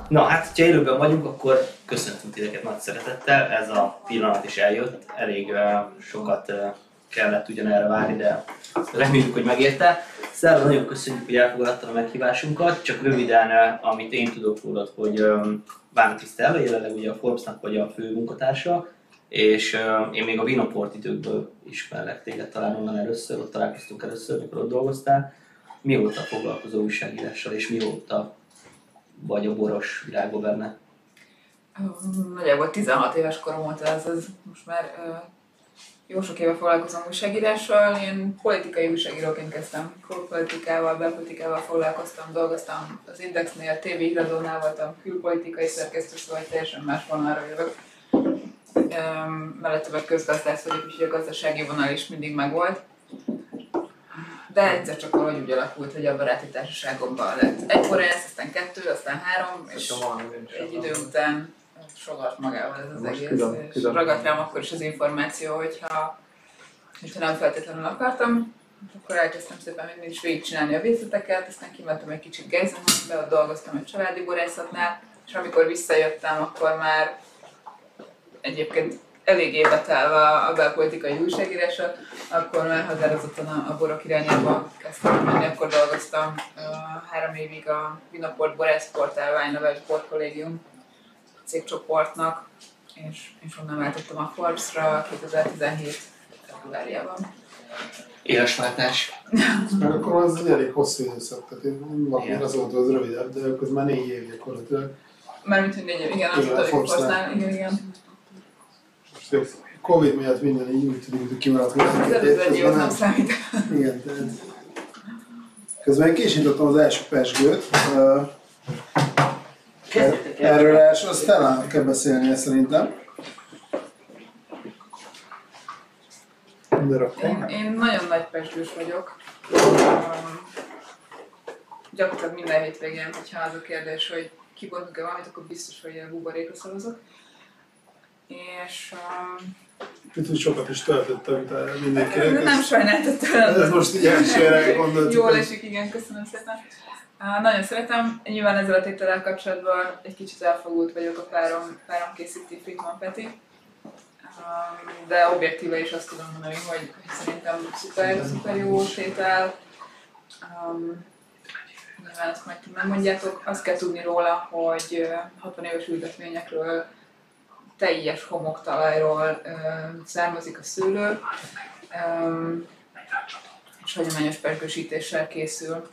Na hát, ha élőben vagyunk, akkor köszöntünk titeket nagy szeretettel. Ez a pillanat is eljött. Elég sokat kellett ugyanerre várni, de reméljük, hogy megérte. Szerva, nagyon köszönjük, hogy elfogadtad a meghívásunkat. Csak röviden, amit én tudok rólad, hogy Bánki Stella, jelenleg ugye a Forbes-nak vagy a fő munkatársa, és én még a Vinoport időkből ismerlek téged, talán onnan először, ott találkoztunk először, mikor ott dolgoztál. Mióta foglalkozol újságírással, és mióta vagy a boros világban benne? Nagyjából 16 éves korom óta ez most már jó sok éve foglalkozom újságírással. Én politikai újságíróként kezdtem, külpolitikával, belpolitikával foglalkoztam, dolgoztam az Indexnél, TV híradónál voltam, külpolitikai szerkesztő, szóval teljesen más vonalra jövök. Mellette meg közgazdász vagyok, úgyhogy a gazdasági vonal is mindig megvolt. De egyszer csak valahogy úgy alakult, hogy a baráti társaságomban lett egy borász, aztán 2, aztán 3, és egy idő után sodort magával ez az egész, és ragadt rám akkor is az információ, hogyha nem feltétlenül akartam, akkor elkezdtem szépen mindig is végigcsinálni a végzeteket, aztán kimentem egy kicsit Geisenhozba, ott dolgoztam egy családi borászatnál, és amikor visszajöttem, akkor már egyébként eléggé betelve a belpolitikai újságírása, akkor már határozottan a borok irányába kezdtem menni, akkor dolgoztam 3 évig a Vinoport borászportál, Wine Sportkollégium cégcsoportnak, és onnan váltottam a Forbes-ra 2017. februárjában. Élesváltás. Meg akkor az egy elég hosszú időszak, tehát én az volt az rövidebb, de akkor már 4 év gyakorlatilag. Mármint, hogy 4 év, igen, az a Forbes-nál, igen. Covid miatt minden így úgy tűnik, hogy kimaradt volna. Az előző egy évet nem számít. Igen, tehát... Közben készítettem az első pezsgőt. Erről első, azt talán kell beszélnie szerintem. Én nagyon nagy pezsgős vagyok. Gyakorlatilag minden hétvégén, hogyha az a kérdés, hogy kibontunk-e valamit, akkor biztos, hogy a buborékra szavazok. És... Itt úgy sokat is töltöttem mindenkinek. Nem sajnáltad tőlem. Ez most így elsőre gondoltuk. Jól esik, igen, köszönöm szépen. Nagyon szeretem. Nyilván ezzel a tétellel kapcsolatban egy kicsit elfogult vagyok, a párom készíti, Friedman Peti. De objektíve is azt tudom mondani, hogy szerintem szuper jó tétel. Nyilván azt majd megmondjátok. Azt kell tudni róla, hogy 60 éves ültetvényekről, teljes homoktalajról származik a szőlő, és hagyományos pezsgősítéssel készül.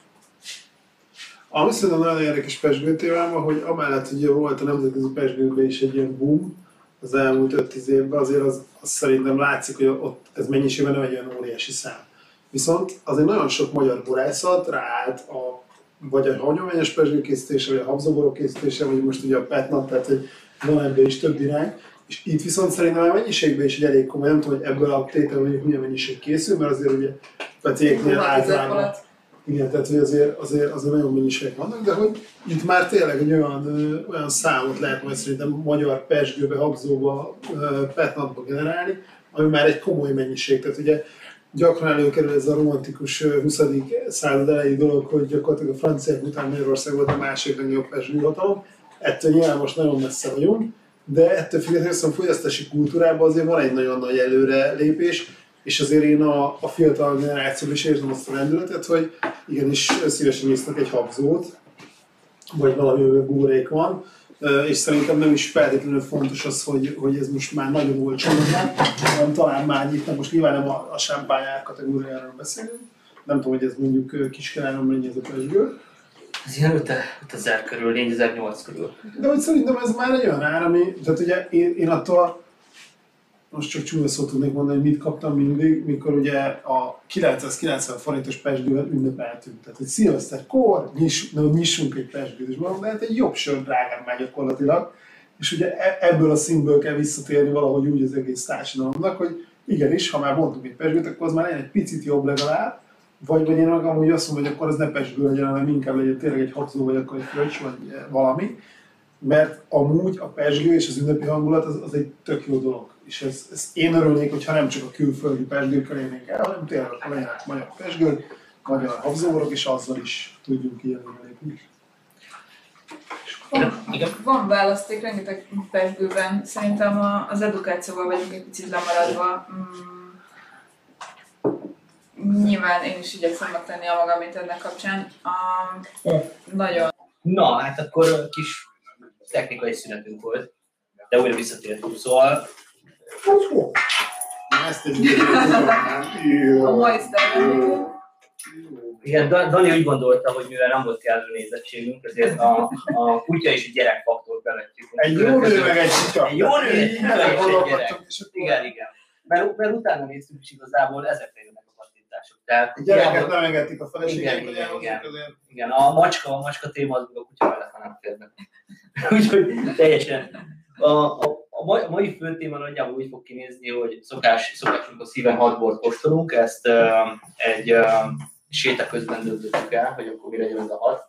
Ami szerintem nagyon érdekes pezsgőtémában, hogy amellett, hogy volt a nemzetközi pezsgőben is egy ilyen boom az elmúlt 5-10 évben, azért az szerintem látszik, hogy ott ez mennyiségben nem egy olyan óriási szám. Viszont azért nagyon sok magyar borászat ráállt vagy a hagyományos pezsgőkészítésre, vagy a habzóborok készítése, vagy most ugye a petnat, tehát hogy van ebben is több irány. És itt viszont szerintem a mennyiségben is egy elég komoly, nem tudom, hogy ebből a tételből mondjuk milyen mennyiség készül, mert azért ugye a cégnél általában. Igen, tehát hogy azért nagyon mennyiségek vannak, de hogy itt már tényleg egy olyan számot lehet majd szerintem magyar pezsgőbe, habzóba, petnatba generálni, ami már egy komoly mennyiség. Tehát ugye gyakran előkerül ez a romantikus 20. század elejé dolog, hogy gyakorlatilag a franciák után Magyarország volt a második legnagyobb pezsgőhatalom. Ettől nyilván most nagyon messze vagyunk, de ettől függetlenül a fogyasztási kultúrában azért van egy nagyon nagy előrelépés, és azért én a fiatal generációban is érzem azt a lendületet, hogy igenis szívesen isznak egy habzót, vagy valami buborék van, és szerintem nem is feltétlenül fontos az, hogy ez most már nagyon olcsó legyen, hanem talán már itt, most nyilván nem a champagne kategóriáról beszélünk, nem tudom, hogy ez mondjuk Kiskeláron mennyi ez a pezsgő. Ez ilyen 5000 körül, 4008 körül. De hogy szerintem ez már egy olyan ár, ami, tehát ugye én attól, most csak csúnya szót tudnék mondani, hogy mit kaptam mindig, mikor ugye a 990 forintos pezsgővel ünnepeltünk. Tehát, hogy szilveszterkor nyissunk egy pezsgőt, és mondom, de hát egy jobb sör drágán már gyakorlatilag. És ugye ebből a színből kell visszatérni valahogy úgy az egész társadalomnak, hogy igenis, ha már mondtunk egy pezsgőt, akkor az már legyen egy picit jobb legalább, vagy én amúgy azt mondom, hogy akkor az ne pezsgő legyen, hanem inkább legyen tényleg egy habzó, vagy akkor egy fröccs, vagy valami. Mert amúgy a pezsgő és az ünnepi hangulat az egy tök jó dolog. És ezt én örülnék, hogyha nem csak a külföldi pezsgőkkel érnénk el, hanem tényleg akkor legyenek magyar pezsgők, magyar habzóborok, és azzal is tudjunk ilyen lépni. Van választék rengeteg pezsgőben. Szerintem az edukációval vagyunk egy picit lemaradva. Nyilván én is igyekszem megtenni a magam, mint ennek kapcsán. Nagyon. Na, hát akkor kis technikai szünetünk volt, de újra visszatértünk, szóval... A mai sztárban. Igen, Dani úgy gondolta, hogy mivel nem volt kellő nézettségünk, ezért a kutya és a gyerek faktort bevettük. Egy jó nő meg egy kutya. Egy jó nő, egy gyerek. Igen. Mert utána néztük is igazából, ezekre jönnek a pattintások. A gyereket nem engedték a feleségek, igen. A macska téma az a kutya mellett nem férnek. Úgyhogy teljesen. A mai fő téma nagyjából úgy fog kinézni, hogy szokásunk a szíven 6 bort kóstolunk, ezt egy séta közben döntöttük el, hogy akkor mi legyen ez a 6.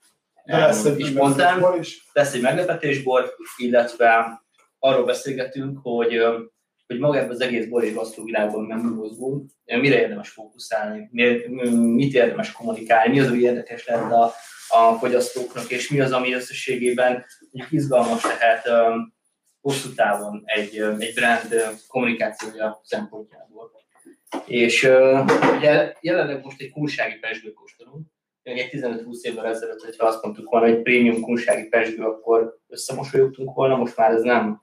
Lesz egy meglepetésbor, illetve arról beszélgetünk, hogy magában az egész bor és gasztrovilágban nem mozgunk, mire érdemes fókuszálni, mit érdemes kommunikálni, mi az, ami érdekes lehet a fogyasztóknak, és mi az, ami összességében izgalmas lehet hosszú távon egy brand kommunikációja szempontjából. És ugye jelenleg most egy kunsági pezsgőt kóstolunk. Egy 15-20 évvel ezelőtt, hogyha azt mondtuk volna, hogy prémium kunsági pezsgő, akkor összemosolyogtunk volna, most már ez nem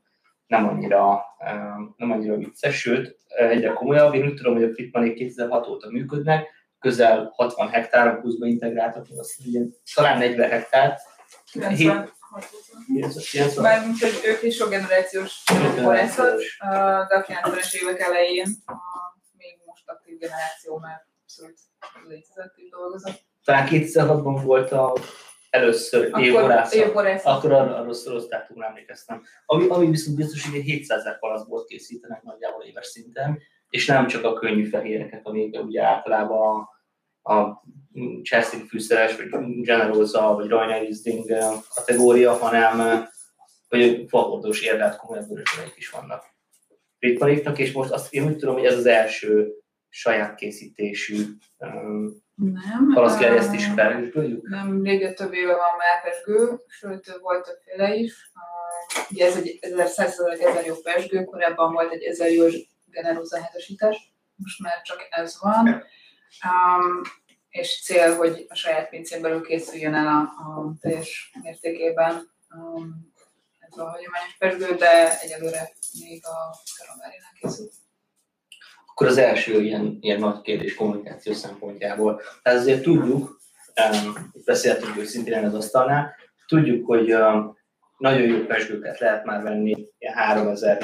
annyira vicces, sőt, egyre komolyabb. Én úgy tudom, hogy a Frittmanék 2006 óta működnek, közel 60 hektáron pluszba integráltak, talán 40 hektár. 96 Mármint, hogy ők is sok generációs borászat, de a 90-es évek elején még most aktív generáció már abszolút létezett dolgozott. Talán 2006-ban volt először évborászat, akkor arra rossz dátumra emlékeztem. Ami viszont biztos, hogy 700 000 palaszbort készítenek nagyjából éves szinten, és nem csak a könnyű fehéreket, amik ugye általában a cserszégi fűszeres, vagy generóza, vagy Rajna Riesling kategória, hanem hogy falhordós érlelt komolyabb vörösböreik is vannak Frittmanéknak, és most azt én úgy tudom, hogy ez az első saját készítésű palasztgerjesztés felhősbőjük. Nem, régen több éve van már pezsgő, sőt volt többféle is. Ugye ez egy 1100 jó pezsgő, korábban volt egy 1000 jó generóza hetesítás, most már csak ez van. És cél, hogy a saját pincén belül készüljön el a teljes mértékében ez a hagyományos pezsgő, de egyelőre még a Karamellánál készül. Akkor az első ilyen nagy kérdés kommunikáció szempontjából. Tehát azért tudjuk, beszéltünk őszintén az asztalnál, tudjuk, hogy nagyon jó pezsgőket lehet már venni ilyen 3000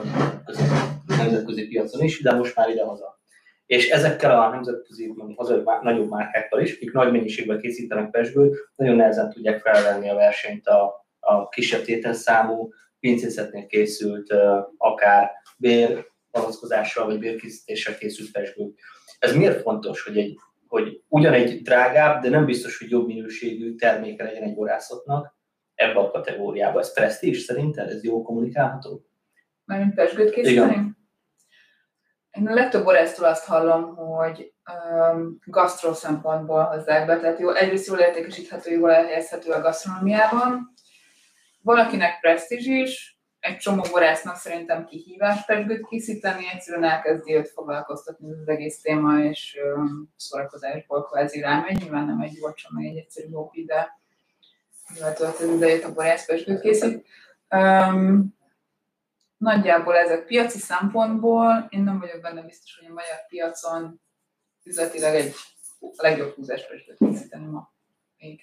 nemzetközi piacon is, de most már idehaza. És ezekkel a nemzetközi, hazai nagyobb márkákkal is, akik nagy mennyiségben készítenek pezsgőt, nagyon nehezen tudják felvenni a versenyt a kisebb tételszámú, pincészetnél készült, akár bérpalackozással vagy bérkészítéssel készült pezsgők. Ez miért fontos, hogy ugyan egy drágább, de nem biztos, hogy jobb minőségű terméke legyen egy borászatnak ebbe a kategóriába? Ez presztízs szerinted? Ez jól kommunikálható? Mármint pezsgőt készíteni? Én a legtöbb borásztól azt hallom, hogy gasztró szempontból hozzák be, tehát egyrészt jól értékesíthető, jól elhelyezhető a gasztronómiában. Valakinek presztízs is, egy csomó borásznak szerintem kihívás pezsgőt készíteni, egyszerűen elkezdi őt foglalkoztatni az egész téma, és szórakozásból kvázi rámegy. Nyilván nem egy olcsó, meg egy egyszerű hobbi, de mivel tölt az idejét a borász pezsgőt készít. Nagyjából ezek piaci szempontból, én nem vagyok benne biztos, hogy a magyar piacon üzletileg a legjobb húzás pezsgőt készíteni ma még.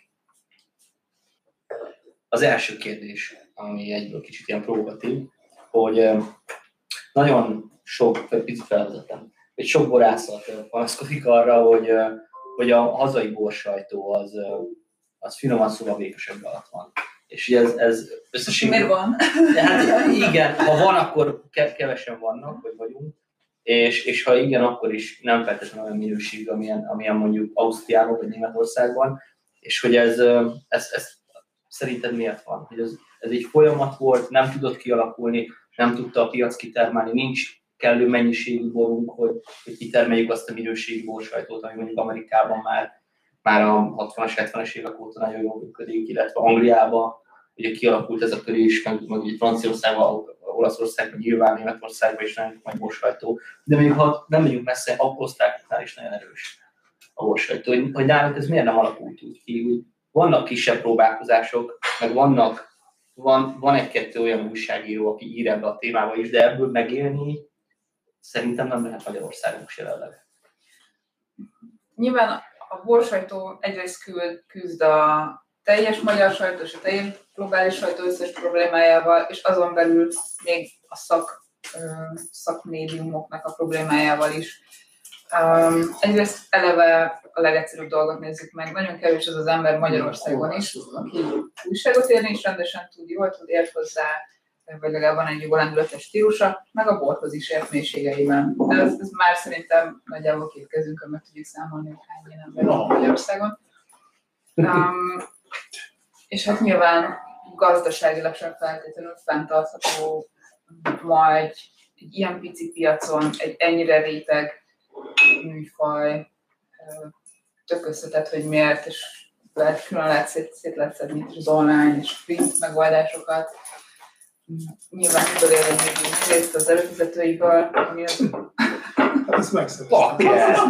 Az első kérdés, ami egyből kicsit ilyen provokatív, hogy nagyon sok, picit felvezettem, hogy sok borászat panaszkodik arra, hogy a hazai borsajtó az finoman szóval vékesebb alatt van. És ez összességében... Miért van? Hát igen, ha van, akkor kevesen vannak, vagy vagyunk. És ha igen, akkor is nem feltétlenül olyan minőség, amilyen mondjuk Ausztriában vagy Németországban. És hogy ez szerinted miért van? Hogy ez egy folyamat volt, nem tudott kialakulni, nem tudta a piac kitermelni, nincs kellő mennyiségű borunk, hogy kitermeljük azt a minőségű borsajtót, ami mondjuk Amerikában már a 60-as, 70-es évek óta nagyon jól működik, illetve Angliában ugye kialakult ez a kör is, meg ugye Franciaországban, Olaszországban, nyilván Németországban is nagyon nagy borsajtó, de még ha nem megyünk messze, osztrákoknál is nagyon erős a borsajtó, hogy nálunk ez miért nem alakult úgy ki, hogy vannak kisebb próbálkozások, meg van egy-kettő olyan újságíró, aki ír ebbe a témába is, de ebből megélni szerintem nem lehet Magyarországon most jelenleg. Nyilván a borsajtó egyrészt küzd a teljes magyar sajtó és a teljes globális sajtó összes problémájával, és azon belül még a szakmédiumoknak a problémájával is. Egyrészt eleve a legegyszerűbb dolgot nézzük meg. Nagyon kevés az ember Magyarországon is, aki újságot írni is rendesen tud, jól tud, ért hozzá, vagy legalább van egy jó lendületes stílusa, meg a borhoz is ért mélységeiben. De ez már szerintem nagyjából két kezünkön meg tudjuk számolni, hogy hány ilyen ember van Magyarországon. És hát nyilván gazdaságilag sem feltétlenül fenntartható majd egy ilyen pici piacon egy ennyire réteg műfaj, tök összetett, hogy miért, és külön szét lehet szedni az online és print megoldásokat. Nyilván tudod élni még részt az előfizetőiből, ami az... Ezt megszereztem.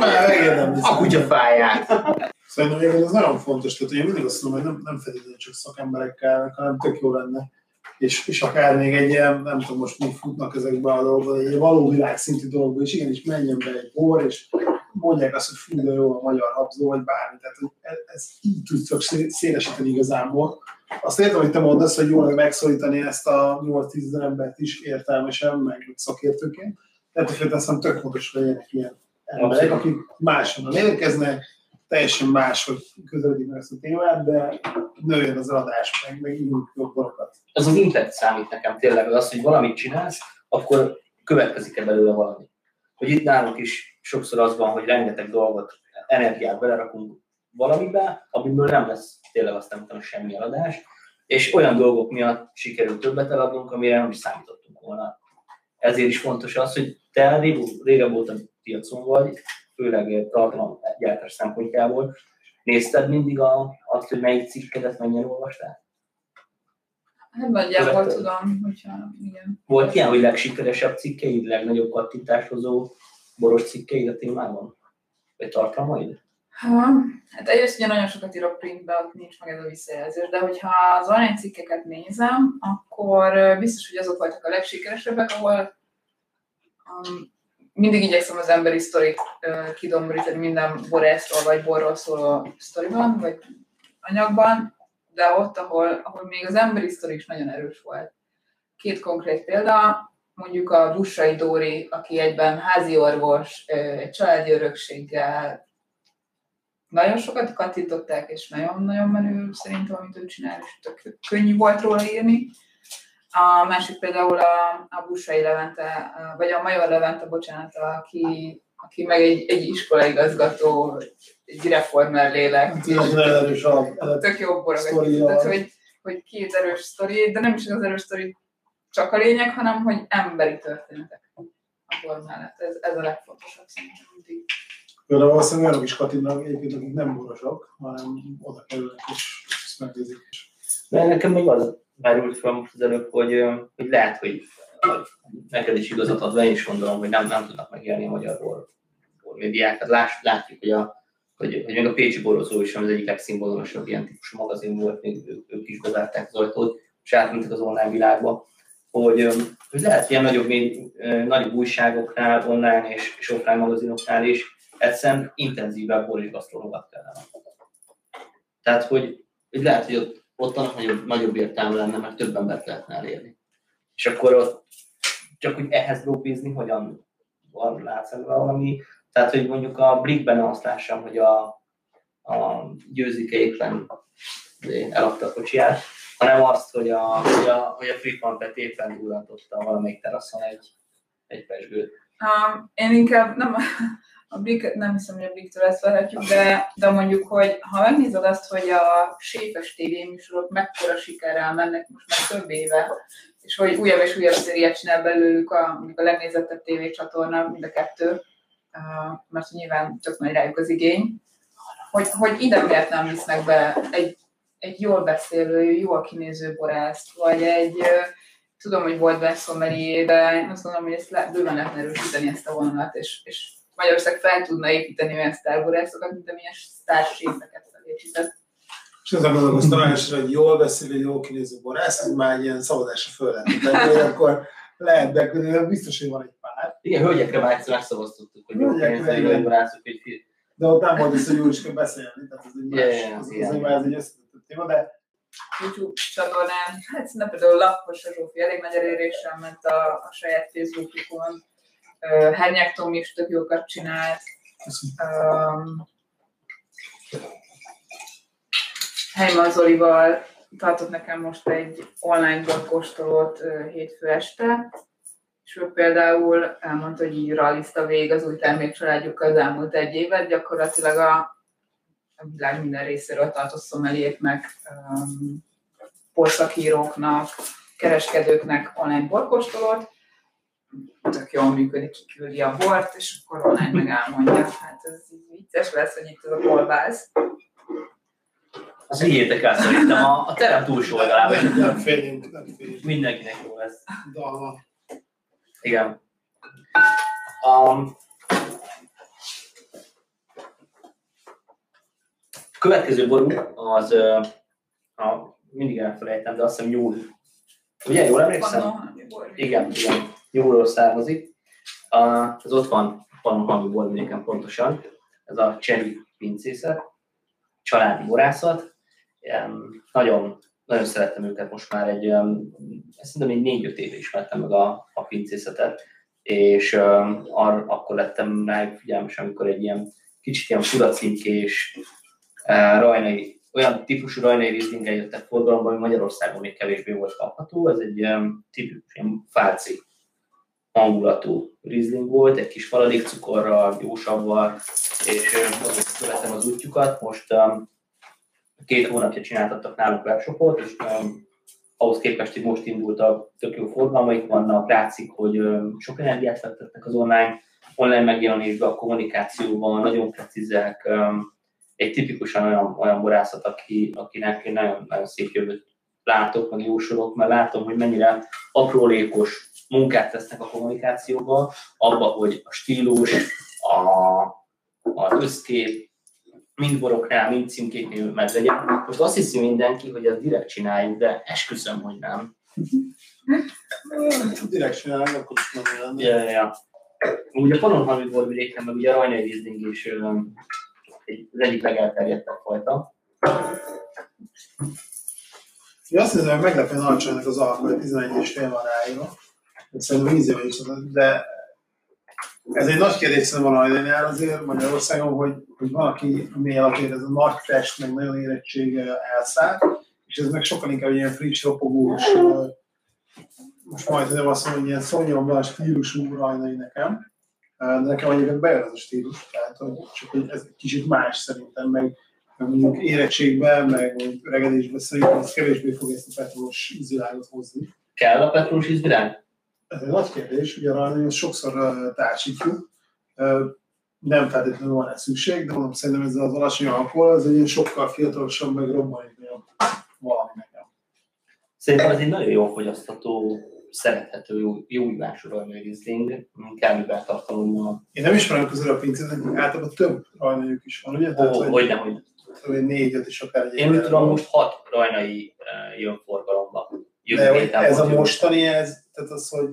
A kutyafáját! Szerintem ez nagyon fontos, tehát én mindig azt mondom, hogy nem feltétlenül csak szakemberekkel, hanem tök jó lenne. És akár még egy ilyen, nem tudom most mi futnak ezekbe a dolgokba, egy való világszintű dolgokba, és igenis menjen be egy bor, és mondják azt, hogy fú, de jó a magyar habzó, vagy bármi. Tehát ez így tudsz csak szélesíteni igazából. Azt értem, hogy te mondasz, hogy jól megszólítani ezt a 8-10 ezer embert is értelmesen, meg szakértőként. Tehát aztán tök fontos, hogy legyenek ilyen emberek, akik máshonnan érkeznek, teljesen máshogy közelítik meg ezt a témát, de nőjön az eladás, meg írunk jobb borokat. Ez az intent számít nekem tényleg, az, hogy valamit csinálsz, akkor következik-e belőle valami. Hogy itt nálunk is sokszor az van, hogy rengeteg dolgot, energiát belerakunk valamibe, amiből nem lesz tényleg aztán utána semmi eladás, és olyan dolgok miatt sikerül többet eladnunk, amire nem is számítottunk volna. Ezért is fontos az, hogy te régebb óta piacon vagy, főleg tartalomgyártás szempontjából. Nézted mindig azt, hogy melyik cikkedet mennyien olvastál? Hát nagyjából tudom, hogyha igen. Volt ilyen, hogy legsikeresebb cikkeid, legnagyobb kattintásozó boros cikkeid a témában? Vagy tartalmaid? Hát egyrészt ugye nagyon sokat írok printbe, ott nincs meg ez a visszajelzés, de hogyha az online cikkeket nézem, akkor biztos, hogy azok voltak a legsikeresebbek, ahol mindig igyekszem az emberi sztorit kidomborítani minden borászról vagy borról szóló sztoriban, vagy anyagban, de ott, ahol még az emberi sztori is nagyon erős volt. Két konkrét példa, mondjuk a Bussai Dóri, aki egyben házi orvos, egy családi örökséggel, nagyon sokat kattintották, és nagyon-nagyon menő szerintem, amit ő csinál, és tök könnyű volt róla írni. A másik például a Bussai Levente, vagy a Major Levente, bocsánat, aki meg egy iskolaigazgató, egy reformer lélek. Tök jó borogat. Tehát, hogy két erős sztori, de nem is az erős sztori csak a lényeg, hanem hogy emberi történetek a bor mellett. Ez a legfontosabb szerintem mindig. Például valószínűleg olyanok is katinnak egyébként, akik nem borosok, hanem oda kerülnek és ezt megnézik. De nekem még az merült fel most az előbb, hogy lehet, hogy neked is igazat adva, én is gondolom, hogy nem tudnak megélni a magyar bormédiák. Hát látjuk, hogy még a Pécsi Borozó is az egyik legszínvonalasabb ilyen típusú magazin volt, még ők is bezárták az ajtót, és átmentek az online világba, hogy lehet ilyen nagyobb újságoknál, online és offline magazinoknál is egyszerűen intenzívebb borisgasztronókat kellene. Tehát, hogy lehet, hogy ott annak nagyobb értelme lenne, mert több embert lehetne elérni. És akkor ott csak úgy ehhez lobbizni, hogyan látsz ebben valami. Tehát, hogy mondjuk a Blickben azt lássam, hogy a Győzike éppen eladta a kocsiját, hanem azt, hogy a Friedman éppen durrantotta valamelyik teraszon egy pezsgőt. Én inkább a Blick, nem hiszem, hogy a Blicktől ezt várhatjuk, de mondjuk, hogy ha megnézed azt, hogy a séfes tévéműsorok mekkora sikerrel mennek most már több éve, és hogy újabb és újabb szériát csinál belőlük a legnézettebb tévécsatorna, mind a kettő, mert nyilván tök nagy rájuk az igény, hogy ide miért nem visznek be egy egy jól beszélő, jól kinéző borászt, vagy egy, tudom, hogy volt benszomelié, de én azt gondolom, hogy ezt bőven lehetne erősíteni ezt a vonalat, és Magyarország fel tudna építeni olyan sztárborászokat, mint amilyen sztárséfeket felépített. És ezzel gondolkoztam elsőre, hogy jól beszélő, jól kinéző borász, ez már egy ilyen szavazásra föl lehet, hogy akkor lehet bekülni, de biztos, hogy van egy pár. Igen, hölgyekre már egyszer megszavaztottuk, hogy jól kinéző borászok, hogy de ott nem volt ez, hogy jól is kell beszélni, tehát ez egy összetett téma, de YouTube csatornán, hát szerintem például Lappos Zsófi elég nagy eléréssel ment a saját Facebookjukon. Hernyák Tomi is tök jókat csinált. Heimann Zolival tartott nekem most egy online borkóstolót hétfő este, és ő például elmondta, hogy így rallizta végig az új termékcsaládjukkal az elmúlt egy évet, gyakorlatilag a világ minden részéről tartott szomeliéknek, porszakíróknak, kereskedőknek online borkóstolót, tök jól működik, kiküldi a bort, és akkor online meg elmondja. Hát ez így vicces lesz, hogy itt ez a kolbász. Az vigyétek el szerintem a terem túlsó oldalában. nem félünk. Mindenkinek jó lesz. Dalma. Igen. Következő borunk az, mindig elfelejtem, de azt hiszem nyúl. Ugye, jól emlékszem? Igen, nyúlról származik. Ez ott van Pannonhalmi borvidéken pontosan. Ez a Cseri pincészet, családi borászat. Nagyon, nagyon szerettem őket most már szerintem egy 4-5 éve ismertem meg a pincészetet, és akkor lettem rájuk figyelmes, amikor egy ilyen kicsit ilyen furacinkés rajnai, olyan típusú rajnai rizlinggel jöttek forgalomba, ami Magyarországon még kevésbé volt kapható. Ez egy tipikus ilyen fálci hangulatú rizling volt, egy kis faladékcukorral, jósavval, és követem az útjukat. Most 2 hónapja csináltattak nálunk webshopot, és ahhoz képest, hogy most indult a tök jó forgalmaik vannak, látszik, hogy sok energiát fektettek az online megjelenésbe, a kommunikációban, nagyon precízek, egy tipikusan olyan borászat, akinek én nagyon, nagyon szép jövőt látok, meg jósolok, mert látom, hogy mennyire aprólékos munkát tesznek a kommunikációba, abba, hogy a stílus, az összkép, mind boroknál, mind címkéknél meg legyen. Most azt hiszi mindenki, hogy ezt direkt csináljuk, de esküszöm, hogy nem. Direkt csináljuk, akkor is nem jelen. Ja. Ugye a Pannonhalmi borvidéken, meg ugye a rajnai rizling is az egyik legelterjedtebb fajta. Én azt hiszem, hogy meglepően alacsonynak az alkohol, 11,5 van ráírva. Szerintem ízével is, de ez egy nagy kérdés szerintem valahogy azért Magyarországon, hogy valaki mély alatt ez a nagy test, meg nagyon érettsége elszáll, és ez meg sokkal inkább ilyen friss, ropogós, most majd nem azt mondom, hogy ilyen szonyomban stílusú rajnai nekem, de nekem egyébként bejön az a stílus, tehát hogy csak hogy ez kicsit más szerintem, meg mondjuk érettségben, meg öregedésben szerintem ez kevésbé fog ezt a petrólos ízvilágot hozni. Kell a petrólos ízvilág? Ez egy nagy kérdés, ugye arra sokszor társítjuk, nem feltétlenül van rá szükség, de mondom, szerintem ez az alacsony alkohol, ez egy ilyen sokkal fiatalosabb, meg robbanékonyabb valami nekem. Szerintem ez egy nagyon jó fogyasztható, szerethető, jó ívású rajnai rizling, kell mivel tartalommal. Én nem ismerem közel a pincének, általában több rajnaiuk is van, ugye? Hogyne. 4-5 is akár egy. Én úgy tudom, most 6 rajnai jön forgalomba. De ez a mostani, tehát az, hogy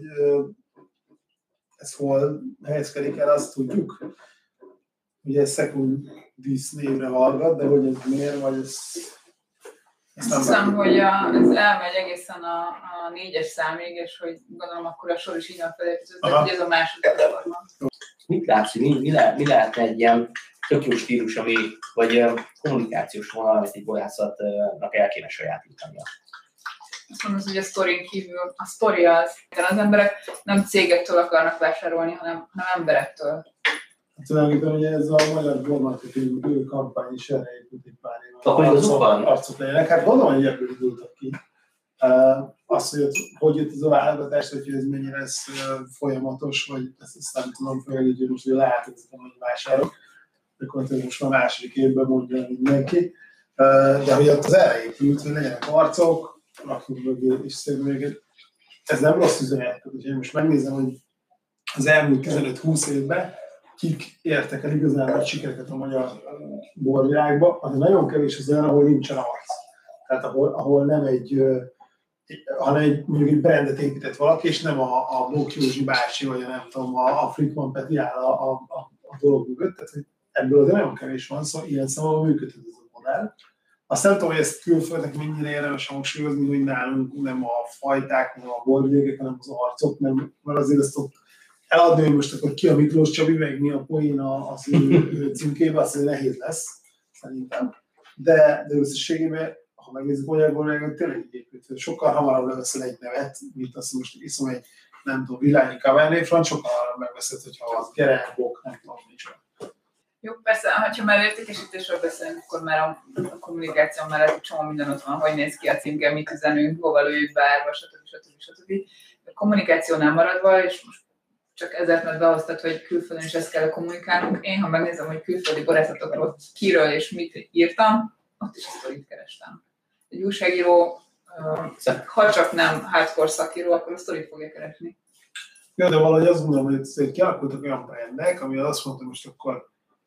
ez hol helyezkedik el, azt tudjuk. Ugye ez Secundis névre hallgat, de hogy ez miért, vagy ez... Azt hiszem, hogy ez elmegy egészen a 4-es számig, és hogy gondolom akkor a sor is így van felépítve, hogy ez a második forma. Mit látsz, mi lehet egy ilyen tök jó stílus, vagy kommunikációs vonal, amit egy borászatnak el kéne sajátítania? Azt mondom, hogy a sztorin kívül, a sztori az emberek nem cégektől akarnak vásárolni, hanem emberektől. Tulajdonképpen ugye ez a magyar bormarketing kampány is erre épült egy pár éve. Akkor igazukban? Arcok legyenek. Hát gondolom, hogy ebből indultak ki. Az, hogy jött ez a válogatás, hogy ez mennyire lesz folyamatos, vagy ezt nem tudom, főleg, hogy most látok ezek a nagy vásárok, akkor most már második évben mondja mindenki. De hogy ott az elejépült, hogy legyenek arcok, rakjuk mögé, és szerintem még ez nem rossz üzenet. Úgyhogy most megnézem, hogy az elmúlt 15-20 évben kik értek el igazán nagy sikereket a magyar borvilágba, az nagyon kevés az olyan, ahol nincsen arc. Tehát ahol nem hanem mondjuk egy brandet épített valaki, és nem a Bók Józsi bácsi, vagy nem tudom, a Frickman Peti áll a dolog mögött. Tehát ebből azért nagyon kevés van, szóval ilyen számomra működhet ez a modell. Azt nem tudom, hogy ezt külföldnek mennyire érdemes hangsúlyozni, hogy nálunk nem a fajták, nem a borvidékek, hanem az arcok, mert azért ezt ott eladni, hogy most akkor ki a Miklós Csabi, meg mi a poén az ő címkébe, azt nehéz lesz, szerintem. De összességében, ha megnézzük Magyar Borvilágon, tényleg így épült. Sokkal hamarabb leveszel egy nevet, mint azt most iszom egy, nem tudom, Villányi Cabernet Franc, sokkal hamarabb megveszed, hogyha az Gerard Bock, nem tudom, micsoda. Jó, persze, ha már értékesítésről beszélünk, akkor már a kommunikáció mellett csomó minden ott van, hogy néz ki a címke, mit üzenünk, hova lőjük be árva, stb. A kommunikációnál maradva, és most csak ezért, mert behoztad, hogy külföldön is ezt kell kommunikálnunk. Én, ha megnézem, hogy külföldi borászatokról kiről és mit írtam, ott is ezt itt kerestem. Egy újságíró, ha csak nem hardcore szakíró, akkor a sztorit fogja keresni. Ja, de valahogy azt gondolom, hogy kialakultak olyan brandek, ami azt mondta, most akkor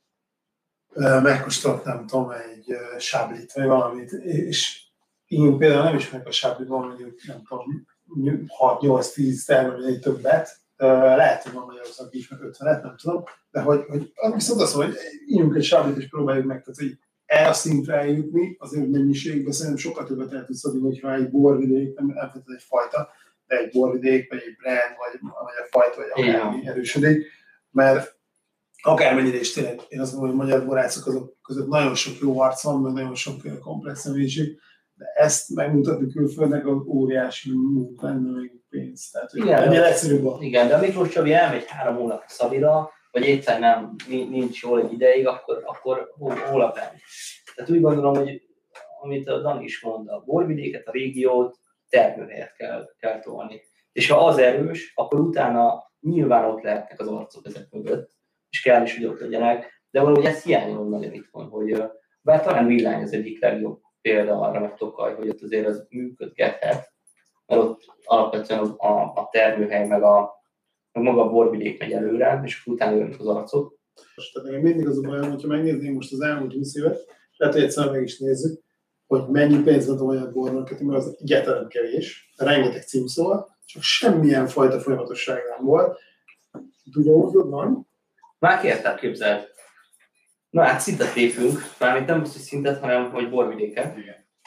megkóstolt, nem tudom, egy sáblit, vagy valamit, és én például nem ismerek a sáblitban, mondjuk, nem tudom, 6-8-10 termelői többet, lehet, hogy van Magyarországon is, meg 50-et, nem tudom, de hogy viszont azt mondom, hogy ígyunk egy sáblit és próbáljuk meg, tehát hogy erre a szintre eljutni, azért mennyiségben szerintem sokkal többet el tudsz adni, hogyha egy borvidék, nem egy fajta, de egy borvidék, vagy egy brand, vagy a fajta, vagy akármi erősödik, mert akármennyire is tényleg, én azt mondom, hogy a magyar borászok azok között nagyon sok jó arc van, meg nagyon sok komplex személyiség, de ezt megmutatni külföldnek az óriási munka lenne még pénz. Tehát, igen, ennél egyszerűbb van. Igen, de a Miklós Csabi elmegy 3 hónap Szabira, vagy éppen nem, nincs jól egy ideig, akkor hol a brand? Tehát úgy gondolom, hogy amit a Dani is mond, a borvidéket, a régiót, termőhelyet kell tolni. És ha az erős, akkor utána nyilván ott lehetnek az arcok ezek mögött, és kell is, hogy ott legyenek, de valahogy ez hiányolom nagyon itthon, hogy bár talán Villány az egyik legjobb példa arra, meg Tokaj, hogy ott azért az működgethet, mert ott alapvetően a termőhely, meg maga a borvidék megy előre, és utána jönnek az arcok. Tehát nekem mindig az a bajom, hogyha megnézném most az elmúlt 20 évet, lehet, hogy egyszerűen meg is nézzük, hogy mennyi pénz van a magyar bormarketing, mert az egyáltalán kevés, rengeteg címszóval, csak semmilyen fajta folyamatosság nem volt. Tudja, hogy van? Már kértem, képzeld. Na hát szintet lépünk, mármint nem most, hogy szintet, hanem hogy borvidéken.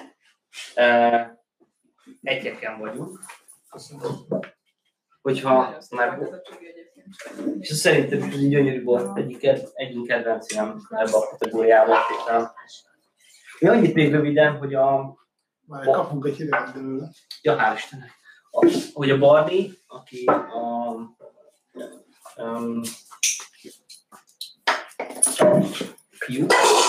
Egyeken vagyunk. Hogyha már... És szerintem is egy gyönyörű bor, egyik kedvencem ebben a kategóriában. Mi annyit még röviden, hogy már kapunk egy hideget belőle. Ja, hál' Istennek. Hogy a Barni, aki fiú,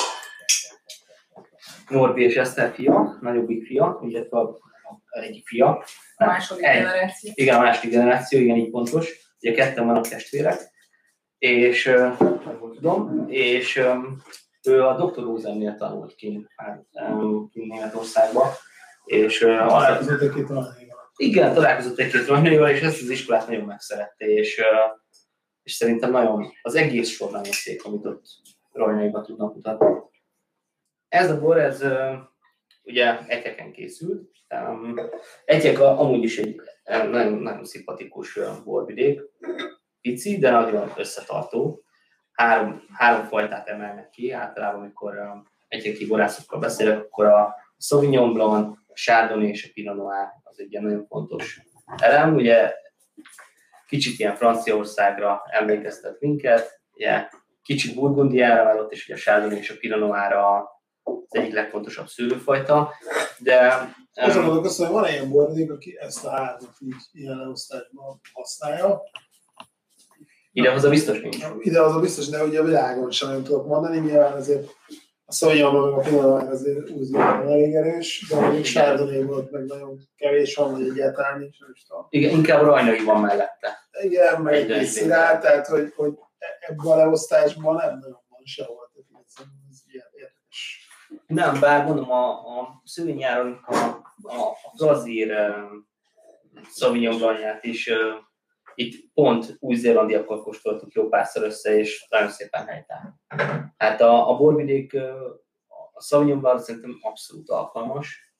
Norbi és Eszter fia, nagyobbik fia, illetve egyik fia. A második generáció. Igen, a második generáció, igen, így pontos. Ugye ketten vannak testvérek, és nem tudom, és ő a Dr. Rosennél tanult kint Németországban, és találkozott egy-két rohannővel. Igen, találkozott egy-két rohannővel, és ezt az iskolát nagyon megszerette, és szerintem nagyon, az egész sor nagyon szép, amit ott rohannőiben tudnak mutatni. Ez a bor, ez ugye egyeken készült. Egyek amúgy is egy nagyon, nagyon szimpatikus borvidék, pici, de nagyon összetartó. Három fajtát emelnek ki, általában amikor egyeki borászokkal beszélek, akkor a Sauvignon Blanc, a Chardonnay és a Pinot Noir az egy ilyen nagyon fontos elem. Ugye kicsit ilyen Franciaországra emlékeztet minket, ugye kicsit Burgundiára, mert ott is ugye a Chardonnay és a Pinot Noir az egyik legfontosabb szőlőfajta, de... Azon gondolkoztam, hogy van ilyen borvidék, aki ezt a hármat így ilyen leosztásban használja. Idehaza biztos nincs. Idehaza biztos, de ugye a világon sem nem tudok mondani, nyilván azért a Sauvignon Blanc, a Pinot Noir azért úzóan elég erős, de mondjuk Chardonnay volt meg nagyon kevés van, vagy egyáltalán nincs, nem is tudom. Igen, inkább rajnai van mellette. Igen, meg egy szirál, tehát hogy ebben a leosztásban nem nagyon van sehol. Ez ilyen érdekes Nem, bár mondom, a szőnyáron a brazil Sauvignon Blancját is itt pont új-zélandiakkal kóstoltuk jó párszor össze, és nagyon szépen helytáll. Hát a borvidék, a Sauvignon Blanc szerintem abszolút alkalmas.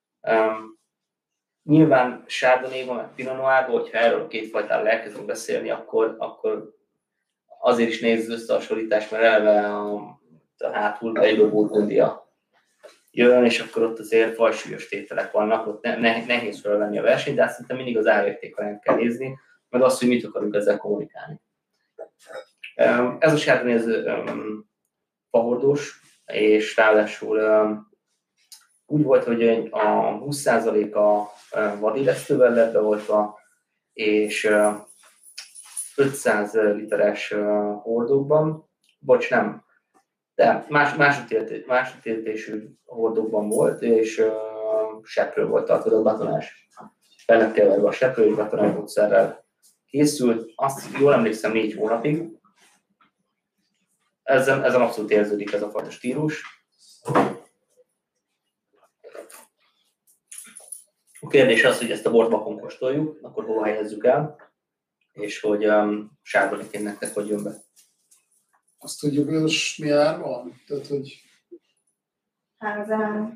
Nyilván Chardonnay-ban, meg Pinot Noirban, hogyha erről a két fajtáról elkezdünk beszélni, akkor azért is nehéz az összehasonlítás, mert eleve a hátul egy Burgundia jön, és akkor ott azért fajsúlyos tételek vannak, ott nehéz felvenni a versenyt, de azt szerintem mindig az árértékarányt kell nézni, meg azt, hogy mit akarunk ezzel kommunikálni. Ez a Chardonnay ez fahordós, és ráadásul úgy volt, hogy a 20%-a vadélesztővel lett beoltva, és 500 literes hordókban, de másodtértésű hordókban volt, és seprő volt tartva, a batonás. Fel lett keverve a seprő, és batonás módszerrel készült. Azt jól emlékszem 4 hónapig. Ezen abszolút érződik ez a fajta stílus. A kérdés az, hogy ezt a bort vakon kóstoljuk, akkor hova helyezzük el, és hogy Chardonnay-ként nektek hogy jön be. Azt tudjuk, hogy most mi ár van? Tehát, hogy... 3000.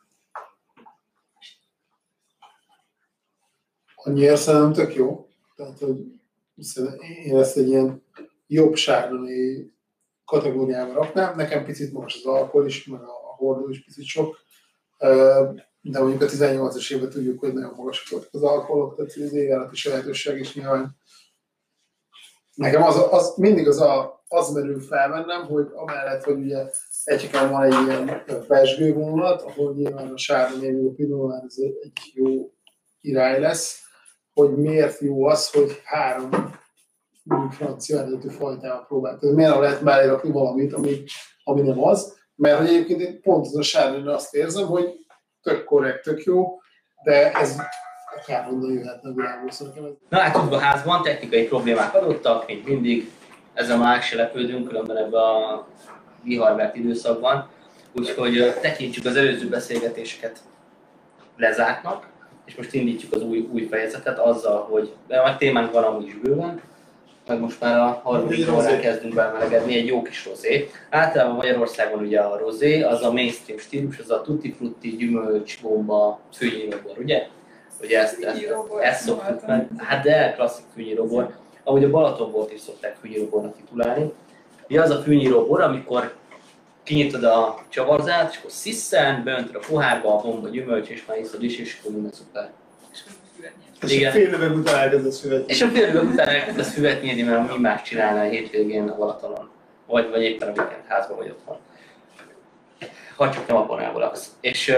Annyiért szerintem tök jó. Tehát, hogy én ezt egy ilyen jobb Chardonnay kategóriába raknám. Nekem picit most az alkohol is, meg a hordó is picit sok. De mondjuk a 18-as évben tudjuk, hogy nagyon magasak voltak az alkoholok, tehát az éjjellati sajátosság is nyilván. Nekem mindig az merül fel bennem, hogy amellett, hogy ugye egyébként van egy ilyen pezsgő vonulat, ahol nyilván a Chardonnay, a Pinot Noir ez egy jó irány lesz, hogy miért jó az, hogy 3 francia eredetű fajtával próbált. Tehát miért nem lehet mellé rakni valamit, ami nem az, mert hogy egyébként én pont az a Chardonnay azt érzem, hogy tök korrekt, tök jó, de ez akárhonnan jöhetne a világból, szóval Na hát udvarházban technikai problémák adottak, mint mindig, ezzel már se lepődünk, különben ebben a viharvert időszakban. Úgyhogy tekintsük az előző beszélgetéseket lezártnak, és most indítjuk az új fejezetet azzal, hogy majd témánk van amúgy is bőven, meg most már a harmadik órán kezdünk bemelegedni, egy jó kis rozé. Általában Magyarországon ugye a rozé, az a mainstream stílus, az a tutti frutti, gyümölcs, bomba, fűnyírobor, ugye? Ugye ezt szoktuk meg. Hát de klasszik fűnyírobor. Ahogy a Balatonbort is szokták fűnyírobornak titulálni. Ugye az a fűnyíróbor, amikor kinyitod a csavarzát, és akkor sziszen, beöntöd a pohárba a bomba gyümölcs, és már iszod is, és akkor minden szuper. És a fél évek után elkezdesz füvet nyírni. És a fél évek után elkezdesz füvet nyírni, mert mi más csinálnál a hétvégén a Balatonon. Vagy éppen a weekend házban vagy otthon. Ha csak nem a panelból laksz.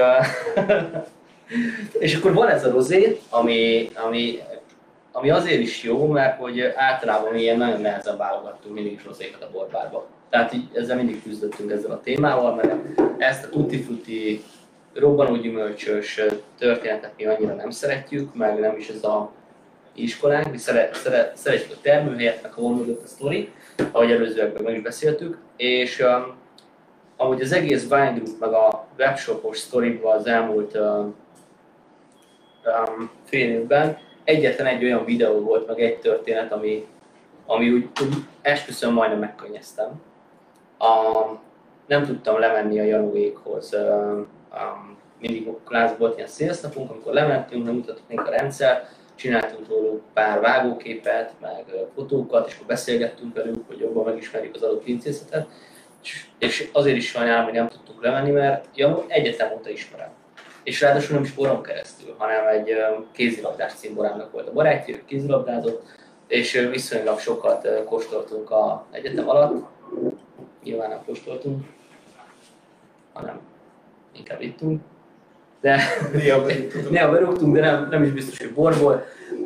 És akkor van ez a rozé, ami azért is jó, mert hogy általában ilyen nagyon nehezen válogattunk mindig is rozékat a borbárba. Tehát így ezzel mindig küzdöttünk ezzel a témával, mert ezt a tutti-frutti robbanógyümölcsös történetet mi annyira nem szeretjük, meg nem is ez a iskolánk, mi szeretjük a termőhelyet, meg a vonulódott a sztori, ahogy előzőekben meg is beszéltük, és amúgy az egész Wine Group meg a webshopos sztoriban az elmúlt fél évben egyetlen egy olyan videó volt, meg egy történet, ami úgy esküszöm majdnem megkönnyeztem. Nem tudtam lemenni a Janóékhoz. Mindig klász volt ilyen szélsznapunk, amikor lementünk, nem mutattuk még a rendszer, csináltunk róluk pár vágóképet, meg fotókat, és akkor beszélgettünk velük, hogy jobban megismerjük az adott pincészetet. És azért is sajnálom, hogy nem tudtunk lemenni, mert Janó egyetlen óta ismerem. És ráadásul nem is boron keresztül, hanem egy kézilabdás cimborámnak volt a barátja, ő kézilabdázott, és viszonylag sokat kóstoltunk az egyetem alatt. Nyilván nem kóstoltunk, hanem inkább ittunk. De néha berúgtunk, de nem is biztos, hogy borból.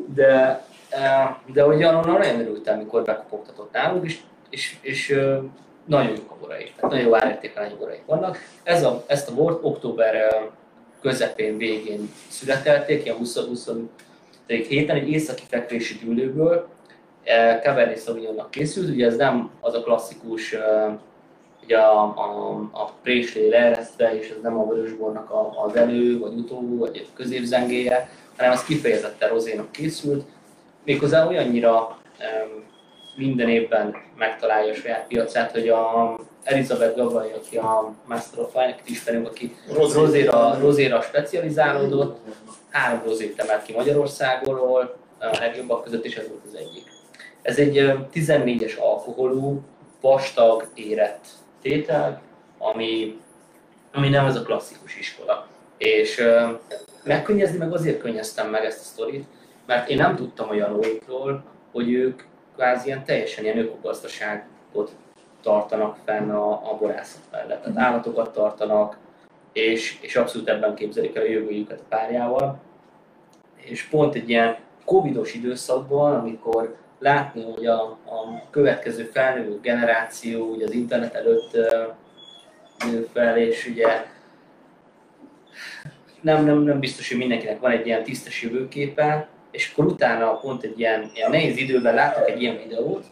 De hogy Janónak nagyon örültem, mikor bekopogtatott nálunk, és nagyon jók a borai, tehát nagyon jó árértékelényű borai vannak. Ezt a bort október közepén, végén születelték, ilyen 20. héten egy északi fekvési dűlőből Cabernet Sauvignonnak készült, ugye ez nem az a klasszikus hogy a préslé leeresztve, és ez nem a vörösbornak az elő, vagy utó, vagy egy középzengéje, hanem ez kifejezetten rozénak készült. Méghozzá olyannyira minden évben megtalálja a saját piacát, hogy a Elizabeth Gabay, aki a Master of Wine-et ismerünk, aki rozéra specializálódott, 3 rozét emelt ki Magyarországról, a legjobbak között, és ez volt az egyik. Ez egy 14-es alkoholú, vastag, érett tétel, ami nem ez a klasszikus iskola. És megkönnyezni meg azért könnyeztem meg ezt a sztorit, mert én nem tudtam a Janóikról, hogy ők kvázi ilyen teljesen ilyen ökogazdaságot tartanak fenn a borászat mellett. Tehát állatokat tartanak, és abszolút ebben képzelik el a jövőjüket a párjával. És pont egy ilyen covidos időszakban, amikor látni, hogy a következő felnövő generáció ugye az internet előtt nő fel, és ugye nem biztos, hogy mindenkinek van egy ilyen tisztes jövőképe, és akkor utána pont egy ilyen nehéz időben látnak egy ilyen videót,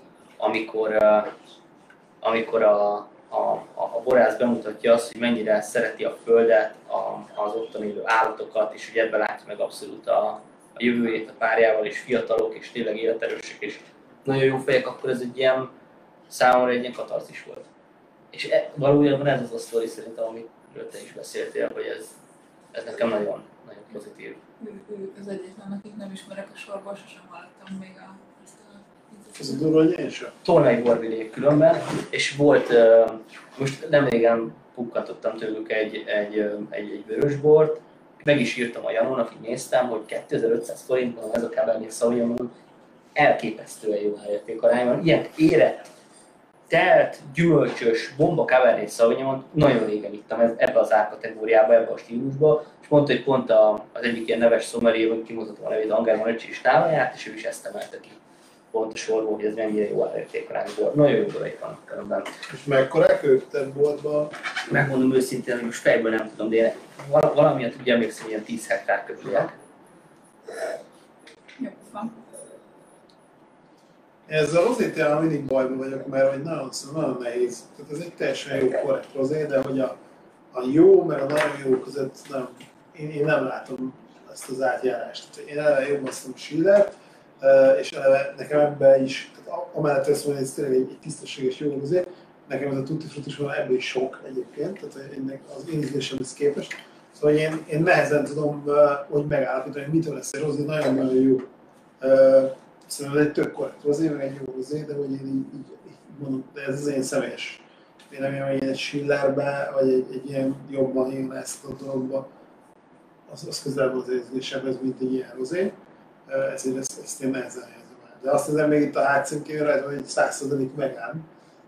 amikor a borász bemutatja azt, hogy mennyire szereti a földet, az otthon élő állatokat, és hogy ebben látja meg abszolút a jövőjét a párjával, és fiatalok, és tényleg életerősek, és nagyon jó fejek, akkor ez egy ilyen, számomra egy ilyen katarzis volt. És valójában ez az a sztori szerintem, amiről te is beszéltél, hogy ez nekem nagyon, nagyon pozitív. Ő az egyetlen, akik nem ismerek a sorból, sosem hallottam még ezt a... Ez a durva nyersa? Tolnai borvidék különben, és volt, most nem régen pukkantottam tőlük egy vörösbort, meg is írtam a Janónak, így néztem, hogy 2500 forintban ez a Cabernet Sauvignon elképesztően jó árértékarányban. Ilyen érett, telt, gyümölcsös, bomba Cabernet Sauvignon nagyon régen ittam ebbe az árkategóriába, ebbe a stílusba, és mondta, hogy pont az egyik ilyen neves sommelier, hogy kimutatom a nevét, Anger Manecci is táváját, és ő is ezt emelte ki pont a sorból, hogy ez mennyire jó árértékarányú bor. Nagyon jó boraik vannak különben. És mekkorák ők te boltban? Megmondom őszintén, hogy most fejből nem tudom, de én valamiért úgy emlékszem, ilyen 10 hektár körüliek. Jó, van. Ezzel rozétjával mindig bajban vagyok, mert hogy nagyon nehéz. Tehát ez egy teljesen jó, korrekt rozé, de hogy a jó, meg a nagyon jó között nem, én nem látom ezt az átjárást. Én eleve jobban azt Schillert, és eleve nekem ebben is, tehát amellett ezt mondani, hogy ez tényleg egy tisztességes jó rozé, nekem ez a tutti frutti van ebből is sok egyébként, tehát az én ízlésemhez képest. Szóval én nehezen tudom hogy megállapítani, hogy mitől lesz egy rozé nagyon-nagyon jó. Szerintem ez egy tök korrekt rozé, meg egy jó rozé, de hogy én így mondom, de ez az én személyes véleményem, hogy egy Schillerbe, vagy egy ilyen jobban én ezt a dologba, az közelebb az érzésemhez, mint egy ilyen rozé. Ezért ezt én nehezen helyezem el. De azt hiszem, még itt a hátcímkén rajta, hogy 100% vegán.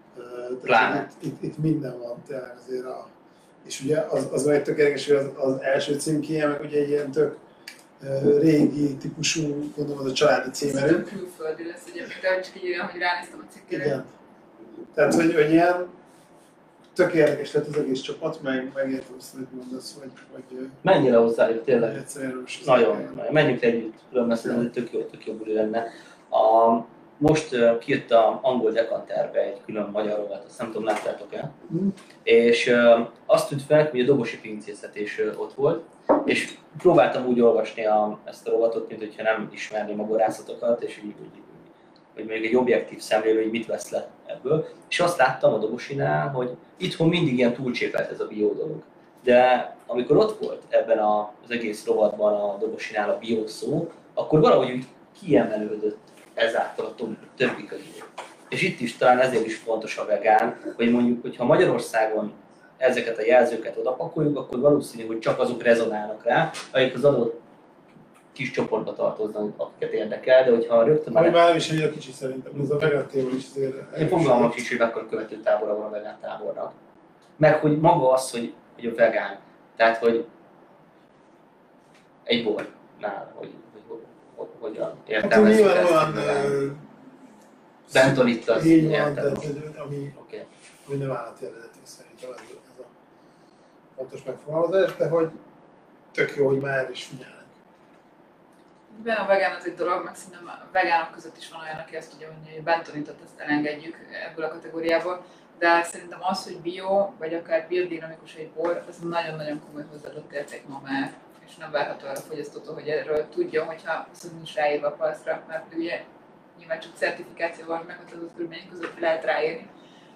Itt minden van tényleg azért és ugye az egy tök érdekes, hogy az első címkéje, meg ugye egy ilyen tök régi típusú, gondolom az a családi címerő. Ez külföldi lesz egyébként, de csak így olyan, hogy ránéztem a cikkére. Igen. Tehát, hogy ilyen tök érdekes lett az egész csapat, megértem azt, hogy mondasz, hogy mennyire hozzájuk tényleg? Egyszerűen Nagyon. Menjünk együtt, különben szerintem tök jó buli lenne. Most kijött a angol dekanterbe egy külön magyar rovat, azt nem tudom, láttátok-e? És azt tűnt fel, hogy a Dobosi Pincészet is ott volt, és próbáltam úgy olvasni ezt a rovatot, mint hogyha nem ismerném a borászatokat, és hogy még egy objektív szemlélő, hogy mit vesz le ebből. És azt láttam a Dobosinál, hogy itthon mindig ilyen túlcsépelt ez a bió dolog. De amikor ott volt ebben az egész rovatban a Dobosinál a bió szó, akkor valahogy úgy kiemelődött ezáltal a többi közül. És itt is talán ezért is fontos a vegán, hogy mondjuk, hogyha Magyarországon ezeket a jelzőket odapakoljuk, akkor valószínű, hogy csak azok rezonálnak rá, akik az adott kis csoportba tartoznak, akiket érdekel, de hogyha rögtön... Ami már nem is egy kicsi szerintem, ez a vegán téma is azért... Én fogalmam is, hogy akkor követő tábora van a vegán tábornak. Meg hogy maga az, hogy a vegán, tehát hogy egy bornál, hogy hogyan értelmezik ezt. Hát Benton itt az így van, tehát, ami nem állati eredetű szerintem ez a fontos megfogalmazás, de hogy tök jó, hogy már is figyelnek. A vegán az egy dolog, meg szerintem a vegánok között is van olyan, aki azt tudja mondani, hogy bentonitot ezt elengedjük ebből a kategóriából. de szerintem az, hogy bio, vagy akár biodinamikus egy bor, az nagyon-nagyon komoly hozzáadott érték ma már, és nem várható el a fogyasztótól, hogy erről tudjon, hogyha viszont nincs ráírva a palacra, mert ugye nyilván csak certifikációval meghatározott körülmények között lehet ráírni.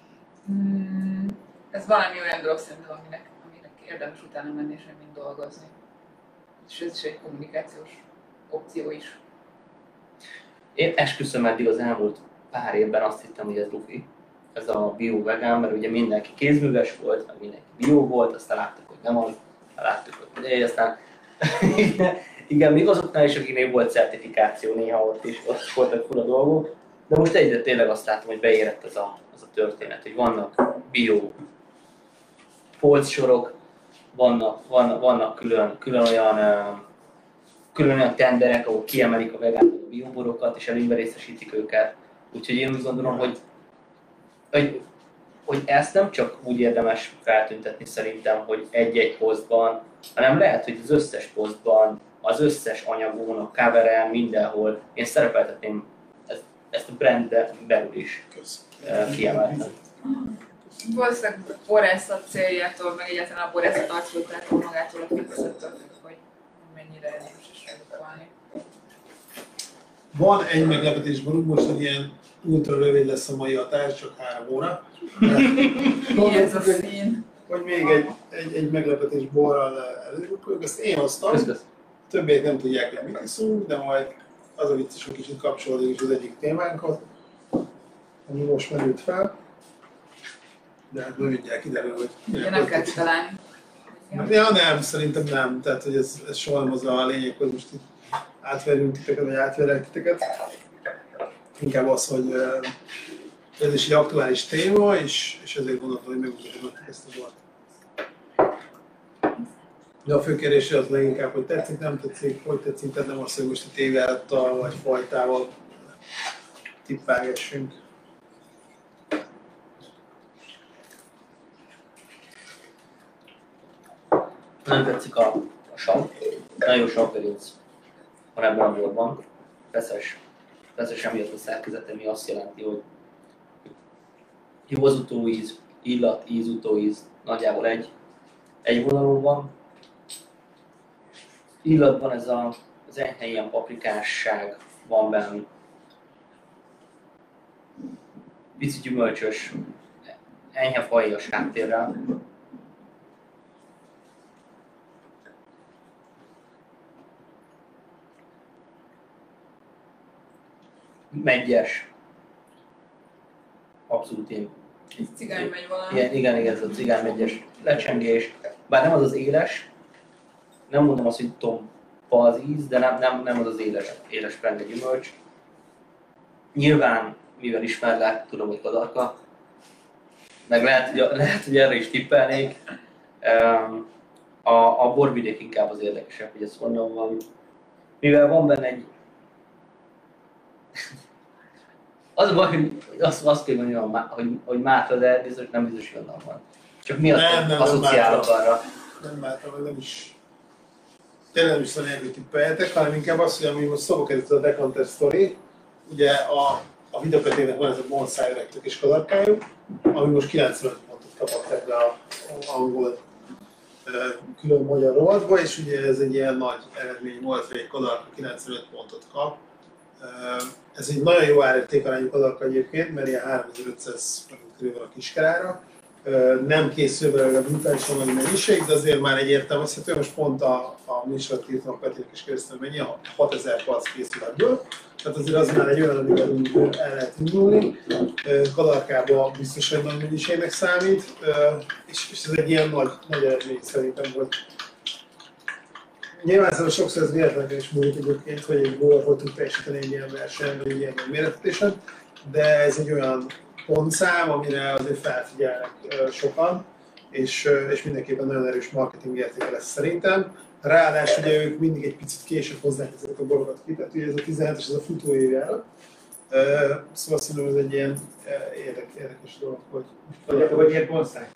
Ez valami olyan dolog szerintem, aminek érdemes utána menni és mind dolgozni. És ez is egy kommunikációs opció is. Én esküszöm eddig az elmúlt pár évben azt hittem, hogy ez lufi. Ez a bio-vegán, mert ugye mindenki kézműves volt, meg mindenki bio volt, aztán láttuk, hogy nem az, láttuk, hogy ugye, aztán igen, még azoknál is, akiknél volt certifikáció néha ott is, ott voltak fura dolgok, de most egyre tényleg azt látom, hogy beérett az a történet, hogy vannak bio polcsorok, vannak külön olyan tenderek, ahol kiemelik a vegán vagy a bioborokat és előnyben részesítik őket. Úgyhogy én úgy gondolom, hogy ezt nem csak úgy érdemes feltüntetni szerintem, hogy egy-egy posztban, hanem lehet, hogy az összes posztban, az összes anyagon, a coveren, mindenhol én szerepeltetném ezt a brandet belül is kiemelten. Valószínűleg a borászat céljától, meg egyáltalán a borászat arcultától magától a fixettől, hogy mennyire érdemes is redukálni. Van egy meglepetés borunk, most egy ilyen ultra rövid lesz a mai hatás, csak 3 óra. Mi ez a szín? Hogy még egy meglepetés borral előrukkoljuk, ezt én hoztam. Többiek nem tudják, hogy mit iszunk, de majd az a vicces, hogy kicsit kapcsolódik is az egyik témánkhoz, ami most merült fel. De hát mindjárt kiderül, hogy... Ugye nem kell kitalálni. Ja, nem, szerintem nem. Tehát, hogy ez soha nem az a lényeg, hogy most itt átverjünk titeket, vagy átverjek titeket. Inkább az, hogy ez is egy aktuális téma, és ezért gondoltam, hogy megmutatom ezt a bort. De a fő kérdés az leginkább, hogy tetszik, nem tetszik, hogy tetszik, tehát nem az, hogy most a téveáltal vagy fajtával tippelgessünk. Nem tetszik a sav, nagyon savgerinc van ebben a borban. Feszes emiatt a szerkezete, ami azt jelenti, hogy jó az utóíz, illat, íz, utóíz nagyjából egy vonalon van. Illatban ez az enyhe ilyen paprikásság van benne. Pici gyümölcsös, enyhe fajas háttérrel. Meggyes. Abszolút ilyen. Egy cigány megy valami. Igen, ez a cigány meggyes lecsengés. Bár nem az az éles, nem mondom azt, hogy tompa az íz, de nem az az éles penge gyümölcs. Nyilván, mivel ismerlek, tudom, hogy kadarka. Meg lehet, hogy erre is tippelnék. A borvidék inkább az érdekesebb, hogy ez honnan van. Mivel van benne egy... Az a baj, hogy azt kell mondani, hogy Mátra, de nem biztos, hogy onnan van. Csak mi azt asszociálok arra? Nem Mátra, vagy nem is... Tényleg nem is szóval nélkül tippeljetek, hanem inkább az, hogy ami most szóba került a Decanter Story, ugye a videópetének van ez a bonsai öreg tökés kadarkájuk, ami most 95 pontot kapott ebbe az angol külön magyar rovatba, és ugye ez egy ilyen nagy eredmény volt, hogy egy kadarka 95 pontot kap. Ez egy nagyon jó árértékarányú kadarka egyébként, mert ilyen 3500 forint körül van a kiskerára. Nem készül belőle a brutálisan nagy mennyiség, de azért már egy értelmezhető. Most pont a műsort írtam a Petinek is kérdeztem, mennyi, 6000 palc készül ebből. Tehát azért az már egy olyan, amivel el lehet indulni. Kadarkában biztos, hogy nagy mennyiségnek számít, és ez egy ilyen nagy eredmény szerintem volt. Nyilván szóval sokszor ez véletlenül is múlik egyébként, hogy egy bor hogy tud teljesíteni egy ilyen versenyen, vagy egy ilyen méretetésen, de ez egy olyan pontszám, amire azért felfigyelnek sokan, és mindenképpen nagyon erős marketing értéke lesz szerintem. Ráadásul ugye ők mindig egy picit később hozzák ezeket a borokat ki, tehát ugye ez a 17-es, ez a futóévjára. Szóval szerintem ez egy ilyen érdekes dolog, hogy... Vagy ilyen pontszák?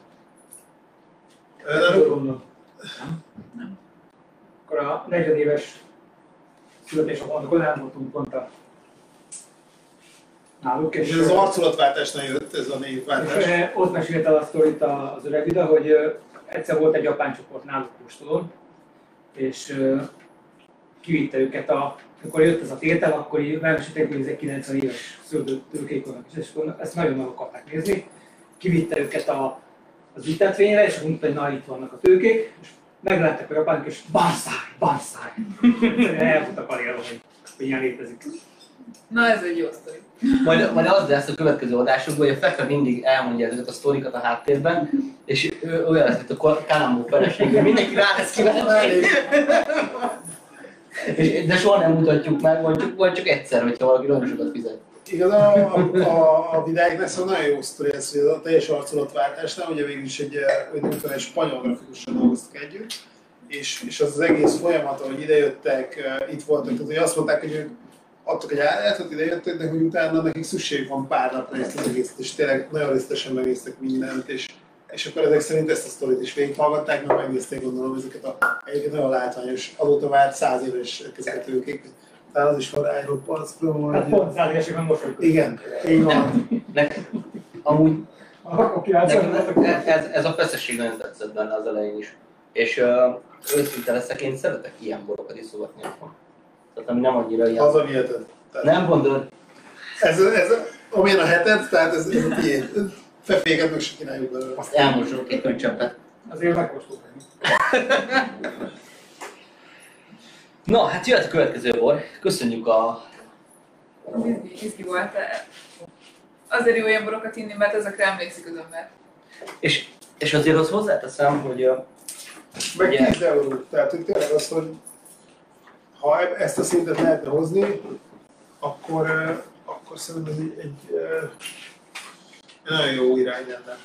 Nem. Akkor a 40 éves születésnaponkon elmondtunk pont a náluk. És ez az arculatváltásnál jött ez a névváltás. És ott mesélte el a sztorit az öreg Vida, hogy egyszer volt egy japán csoport náluk Kóstolón, és kivitte őket, amikor jött ez a tétel, akkor elmesélték, hogy ezek 90 éves szöldött tőkék vannak, és ezt nagyon meg akarták nézni. Kivitte őket az ültetvényre, és mondta, hogy na, itt vannak a tőkék, és megláttak a japánok, és banszáj! El voltak alélva, hogy ilyen létezik. Na, ez egy jó sztori. Majd az lesz a következő adásokban, hogy a Fekve mindig elmondja ezeket a sztorikat a háttérben, és ő olyan lesz, mint a Kalambó feleség, hogy mindenki rá lesz kíváncsi. De soha nem mutatjuk meg, vagy csak egyszer, hogyha valaki nagyon sokat fizet. Igazán a videáknak szóval nagyon jó sztori ez, hogy a teljes arculatváltásnál, ugye végül is egy spanyol grafikussal dolgoztak együtt, és az egész folyamat, ahogy idejöttek, itt voltak, tehát hogy azt mondták, hogy ők adtak egy állatot, idejöttek, de hogy utána nekik szükségük van pár napra ezt az egészet, és tényleg nagyon részletesen megnéztek mindent, és akkor ezek szerint ezt a sztorit is végighallgatták, meg megnézték gondolom ezeket egyébként nagyon látványos, azóta már 100 éves kezelhetőkék. Tehát az is van rájroppanszról. Hát pont 100 évesen mosolyogtak. Igen, így van. Amúgy nekem ez a feszesség nagyon tetszett benne az elején is. És őszinte leszek, én szeretek ilyen borokat iszogatni otthon. Tehát ami nem annyira ilyen... Az a viheted. Nem gondolod? Ez amilyen a heted, tehát ez a tiéd. Feféket meg se kínáljuk belőle. Azt elmosok egy könycseppet. azért megkóstoltam. Na, hát jöhet a következő bor. Köszönjük a... Izgi volt. Azért jó ilyen borokat inni, mert ezekre emlékszik az ember. És azért azt hozzáteszem, hogy... Meg ugye, 10 euró. Tehát hogy tényleg az, hogy ha ezt a szintet lehetne hozni, akkor szerintem ez egy nagyon jó irány lenne.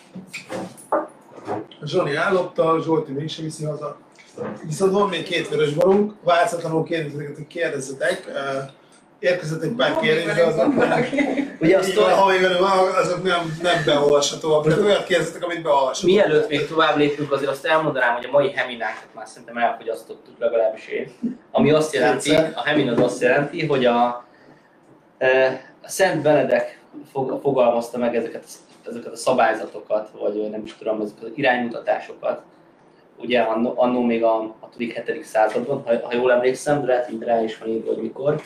Zsoni állopta, Zsolti mégsem viszi haza. Viszont van még 2 vörös borunk, változatlanul kérdezzeteket, hogy kérdezzetek. Érkezett egy pár kérdés, de azok ugye ha még velünk van, azok nem beolvashatóak. Tehát olyat kérdezzetek, amit beolvashatóak. mielőtt még tovább lépünk, azért azt elmondanám, hogy a mai heminánkat már szerintem elfogyasztottuk, legalábbis én. Ami azt jelenti, a hemin az azt jelenti, hogy a Szent Benedek fogalmazta meg ezeket a szabályzatokat, vagy nem is tudom, ezeket az iránymutatásokat. Ugye annó még a 6.-7. században, ha jól emlékszem, de lehet, hogy rá is van írva, hogy mikor.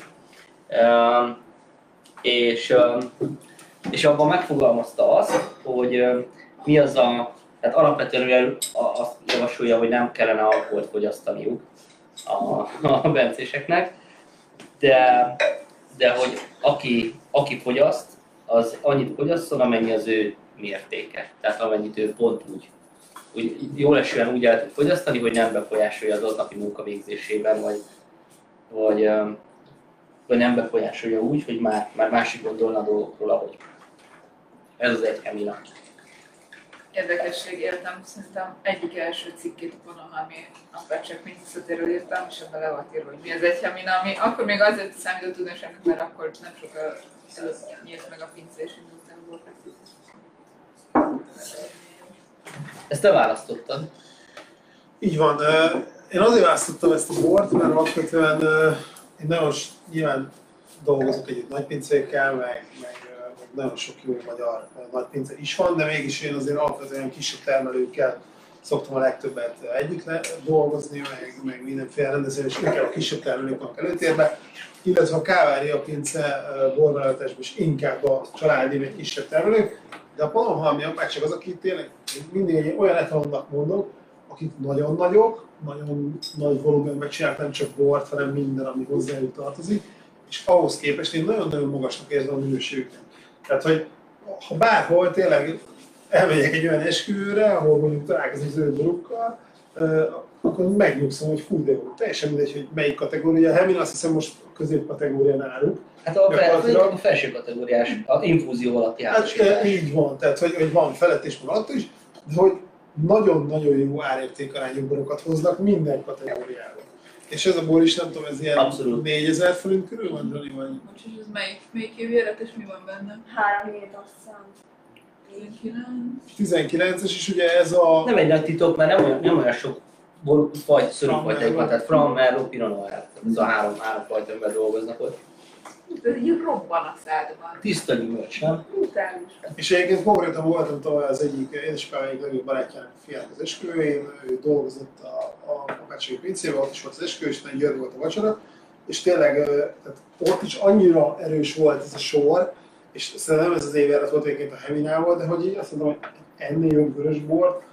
És abban megfogalmazta azt, hogy mi az tehát alapvetően azt javasolja, hogy nem kellene alkoholt fogyasztaniuk a bencéseknek, de hogy aki fogyaszt, az annyit fogyasszon, amennyi az ő mértéke. Tehát amennyit ő pont úgy jól esően úgy el tud fogyasztani, hogy nem befolyásolja az aznapi munka végzésében, vagy nem befolyásolja úgy, hogy már másik gondolna a dolgokról, ahogy. Ez az egy hemina. Érdekesség, értem, szerintem egyik első cikkét Panohami a Pecsek Mintiszetéről írtam, és ebben le volt írva, hogy mi az egy hemina, ami akkor még azért számított tudósnak, mert akkor nem sokkal előtt nyílt meg a pincés indultából. Ezt te választottad? Így van. Én azért választottam ezt a bort, mert alapvetően én nagyon nyilván dolgozok együtt nagypincékkel, meg nagyon sok jó magyar nagypince is van, de mégis én azért alapvetően kisebb termelőkkel szoktam a legtöbbet együtt dolgozni, meg mindenféle rendezvény, és inkább a kisebb termelők vannak előtérben, illetve a Kávária pince borvállalatásban is inkább a családi, meg kisebb termelők, de a Panohalmi apátság az, aki tényleg mindig egy olyan etalonnak mondok, akik nagyon nagyok, nagyon nagy volumenben csinálnak nem csak bort, hanem minden, ami hozzájuk tartozik, és ahhoz képest én nagyon-nagyon magasnak érzem a minőségüket. Tehát, hogy ha bárhol tényleg elmegyek egy olyan esküvőre, ahol mondjuk találkozom zöld borukkal, akkor megnyugszom, hogy fú, de jó. Teljesen mindegy, hogy melyik kategória. A Hemin azt hiszem most a középkategória náluk. Hát a felső kategóriás, a infúzió alatti házasítás. Hát, így van, tehát hogy van felett és van alatt is, de hogy nagyon-nagyon jó árértékarányú borokat hoznak minden kategóriában. És ez a bor is, nem tudom, ez ilyen abszolút 4000 forint körül van, Zsani, vagy? Most is ez melyik évjárat és mi van benne? 3 hét azt hiszem. 19? 19-es, és ugye ez a... nem egy nagy titok, mert nem olyan sok szörnyfajtáik van, tehát Fram, Merlot, Pinot Noir. Ez a három fajta, amivel dolgoznak ott. Ez így robban a szádban. Tiszta gyümölcs, nem? Brutális. És egyébként konkrétan voltam tavaly az egyik édesapám egyik legjobb barátjának a fiának az esküvőjén, ő dolgozott a Papácsogi pincében, ott is volt az esküvő, és nagyon győr volt a vacsora, és tényleg tehát ott is annyira erős volt ez a sor, és szerintem ez az évjárat volt egyébként a Heminál volt, de hogy így azt mondom, hogy ennél jobb vörösbort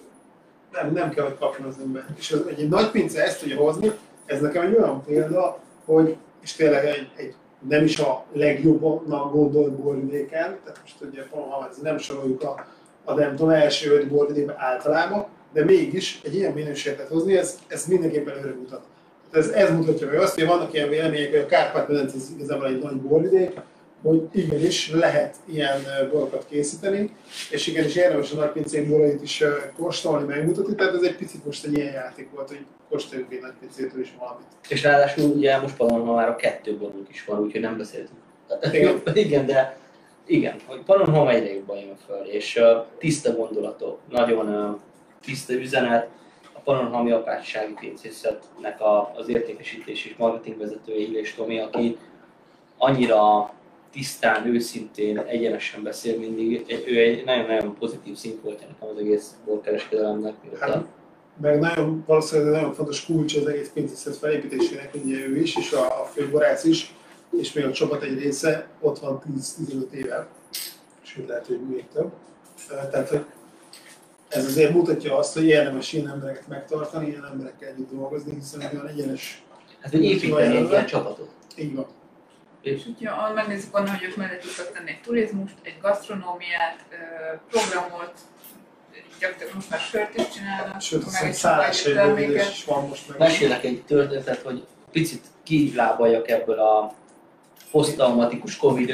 nem kell, hogy kapjon az ember. És egy nagy pince ezt tudja hozni, ez nekem egy olyan példa, hogy és tényleg egy nem is a legjobbnak gondolt borvidéken, tehát most ugye nem soroljuk a nem tudom, első 5 borvidékben általában, de mégis egy ilyen minőséget hozni, ez mindenképpen előre mutat. Ez mutatja meg azt, hogy vannak ilyen vélemények, hogy a Kárpát-medence az igazából egy nagy borvidék, hogy igenis lehet ilyen borokat készíteni, és igenis érdemes a nagypincék borait is kóstolni, megmutatni, tehát ez egy picit most egy ilyen játék volt, hogy kóstoljunk egy nagypincétől is valamit. És ráadásul ugye most Pannonhalmára 2 borunk is van, úgyhogy nem beszéltünk. Igen. Igen, de igen, hogy Pannonhalma egyre jobban jön föl, és tiszta gondolatok, nagyon tiszta üzenet, a Pannonhalmi Apátsági Pincészetnek az értékesítés és marketingvezetője Illés Tomi, aki annyira tisztán, őszintén, egyenesen beszél mindig, ő egy nagyon-nagyon pozitív szint volt nekem az egész borkereskedelemnek. Hát, meg valószínűleg nagyon fontos kulcs az egész pincészet felépítésének, ugye ő is, és a főborász is, és még a csapat egy része ott van 10-15 éve, sőt lehet, hogy még több. Tehát, hogy ez azért mutatja azt, hogy érdemes ilyen embereket megtartani, ilyen emberekkel együtt dolgozni, hiszen olyan egyenes... Hát, hogy építeni egy ilyen csapatot. Így van. És hogyha megnézzük onnan, hogy ők mellé tudtak tenni egy turizmust, egy gasztronómiát, programot, gyakorlatilag most már sört is csinálnak, Sőt, meg azt egy szálláshelybővülés is van most meg. Mesélek egy történetet, hogy picit kilábaljak ebből a posztraumatikus Covid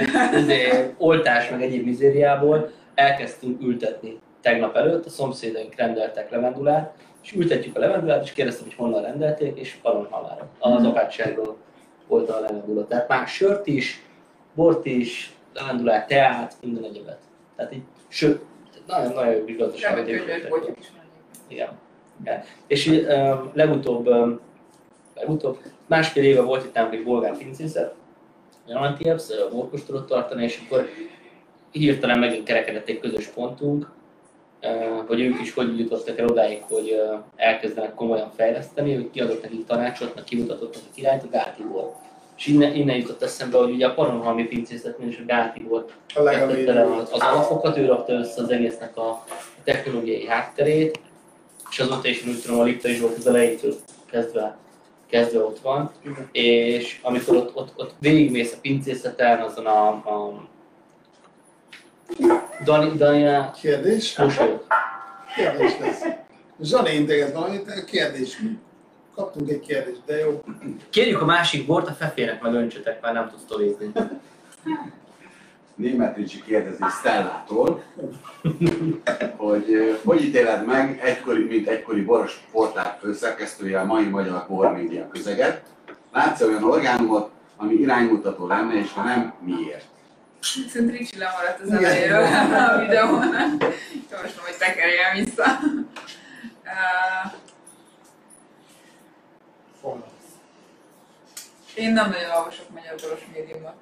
oltás meg egyéb mizériából. Elkezdtünk ültetni tegnap előtt, a szomszédaink rendeltek levendulát, és ültetjük a levendulát, és kérdeztem, hogy honnan rendelték, és Pannonhalmára. Az apátságról volt a levendula. Tehát már sört is, bort is, levendulát, teát, minden egyebet. Tehát így sőt, nagyon jó gazdaságot építettek. Igen. Igen. És legutóbb másfél éve volt itt nálunk egy bolgár pincészet, Antieps, borkóstolót tartani, és akkor hirtelen megint kerekedett egy közös pontunk, hogy ők is hogy jutottak el odáig, hogy elkezdenek komolyan fejleszteni, hogy kiadott nekik tanácsot, meg kimutatott neki királyt, a Gál Tibor. És innen jutott eszembe, hogy ugye a Pannonhalmi pincészetnél is a Gál Tibor tette le az alapokat, ő rakta össze az egésznek a technológiai hátterét, és azóta is úgy tudom, a Lipta is volt az elejétől kezdve ott van, és amikor ott végigmész a pincészeten, azon a Daniel... Kérdés? Mosolyog. Kérdés lesz. Zsani integet valamit, kérdés. Kaptunk egy kérdést, de jó. Kérjük a másik bort, a Fefének meg öntsetek, mert nem tudsz tolézni. Németh Ricsi kérdezi Stellától, hogy ítéled meg mint egykori boros portál főszerkesztője a mai magyar bormédia közeget? Látsz olyan orgánumot, ami iránymutató lenne, és ha nem, miért? Szerintem Ricsi lemaradt az elejéről a videón. Javaslom, hogy tekerjen vissza. Én nem nagyon olvasok magyar boros médiumot.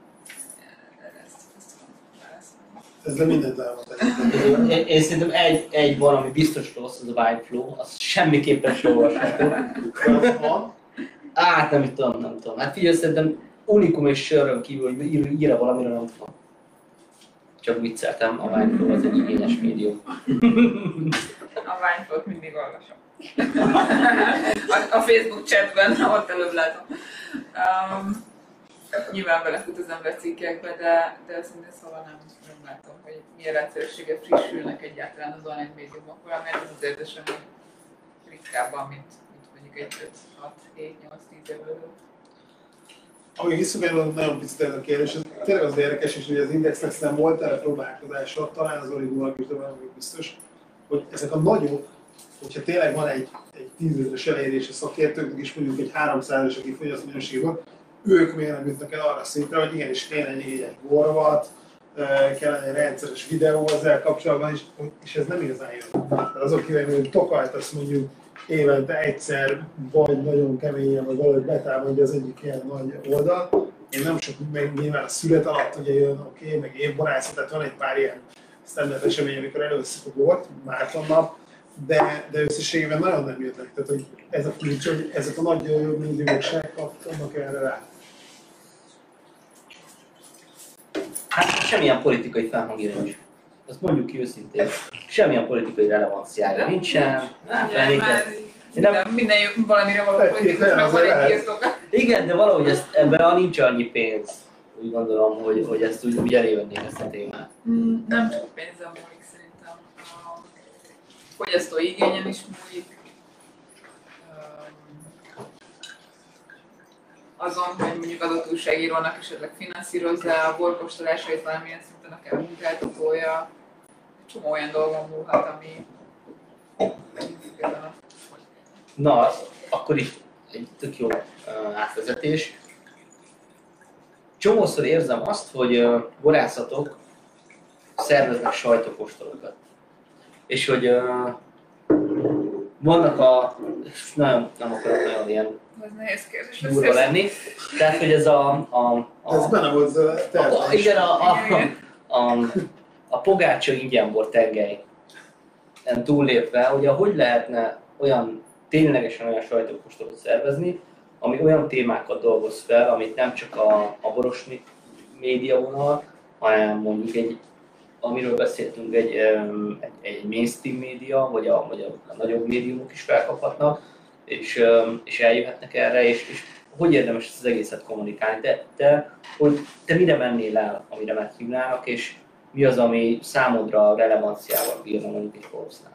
Ez de mindent elmondta. Én szerintem egy van, ami biztos rossz, az a Wine Flow, az semmiképpen sem olvasható. Hát nem tudom. Hát figyelj, szerintem unikum és sörön kívül, hogy ír valamire nem tudom. Csak vicceltem, a Wine Flow az egy igényes médium. A Wine Flow-t mindig olvasom. A Facebook chatben, ott előbb látom. Nyilván belefut az ember cikkekbe, de szintén szóval nem látom, hogy milyen rendszerességgel frissülnek egyáltalán az online médiumok, valamelyet az azért sem ritkábban, mint mondjuk egy 5-6-7-8-10 évvel. Ami visszakerül, nagyon picit ez a kérdés, ez tényleg az érdekes, és ugye az Indexnek nem volt erre próbálkozása, talán az Origónak is, de valami biztos, hogy ezek a nagyok, hogyha tényleg van egy 10 000-es elérés a szakértőknek, és mondjuk egy 300-es, aki fogyaszt minőségben, ők miért nem jutnak el arra szintre, hogy igenis kéne egy borvat, kellene egy rendszeres videó ezzel kapcsolatban, és ez nem igazán jön. Azok kívül, hogy Tokajt azt mondjuk évente egyszer, vagy nagyon keményen, vagy valahogy betámadja az egyik ilyen nagy oldal, én nem sok, meg nyilván a szület alatt ugye jön, oké, meg évborászat, tehát van egy pár ilyen standard esemény, amikor először a bort, Márton nap, de összességében nagyon nem jönnek. Tehát, hogy ez a kulcs, hogy ezek a nagy médiumok se kapnak erre rá. Hát semmilyen politikai felhangja nincs. Azt mondjuk ki őszintén. Semmilyen politikai relevanciája nincsen. Minden valamire való politikus, meg van egy birtoka. Igen, de valahogy ebben nincs annyi pénz. Úgy gondolom, hogy ezt úgy elévennék ezt a témát. Nem csak pénzem múlik szerintem. A fogyasztói igényen is múlik. Azon, hogy mondjuk adott újságírónak esetleg finanszírozza a borkóstolásait valamilyen szinten akár a munkáltatója. Csomó olyan dolgon múlhat, ami független. Na, akkor is egy tök jó átvezetés. Csomószor érzem azt, hogy borászatok szerveznek sajtókóstolókat. És hogy vannak nagyon, nem akarok nagyon ilyen durva lenni. Tehát, hogy ez ez benne volt a terve. Igen, a Pogácsa ingyenbor tengely túllépve, hogy lehetne olyan ténylegesen olyan sajtókóstolót szervezni, ami olyan témákat dolgoz fel, amit nem csak a boros média vonal, hanem mondjuk amiről beszéltünk, egy mainstream média, vagy a nagyobb médiumok is felkaphatnak, és eljöhetnek erre, és hogy érdemes ezt az egészet kommunikálni. Te mire mennél el, amire meghívnának, és mi az, ami számodra relevanciával bírna mondjuk egy Forbesnál?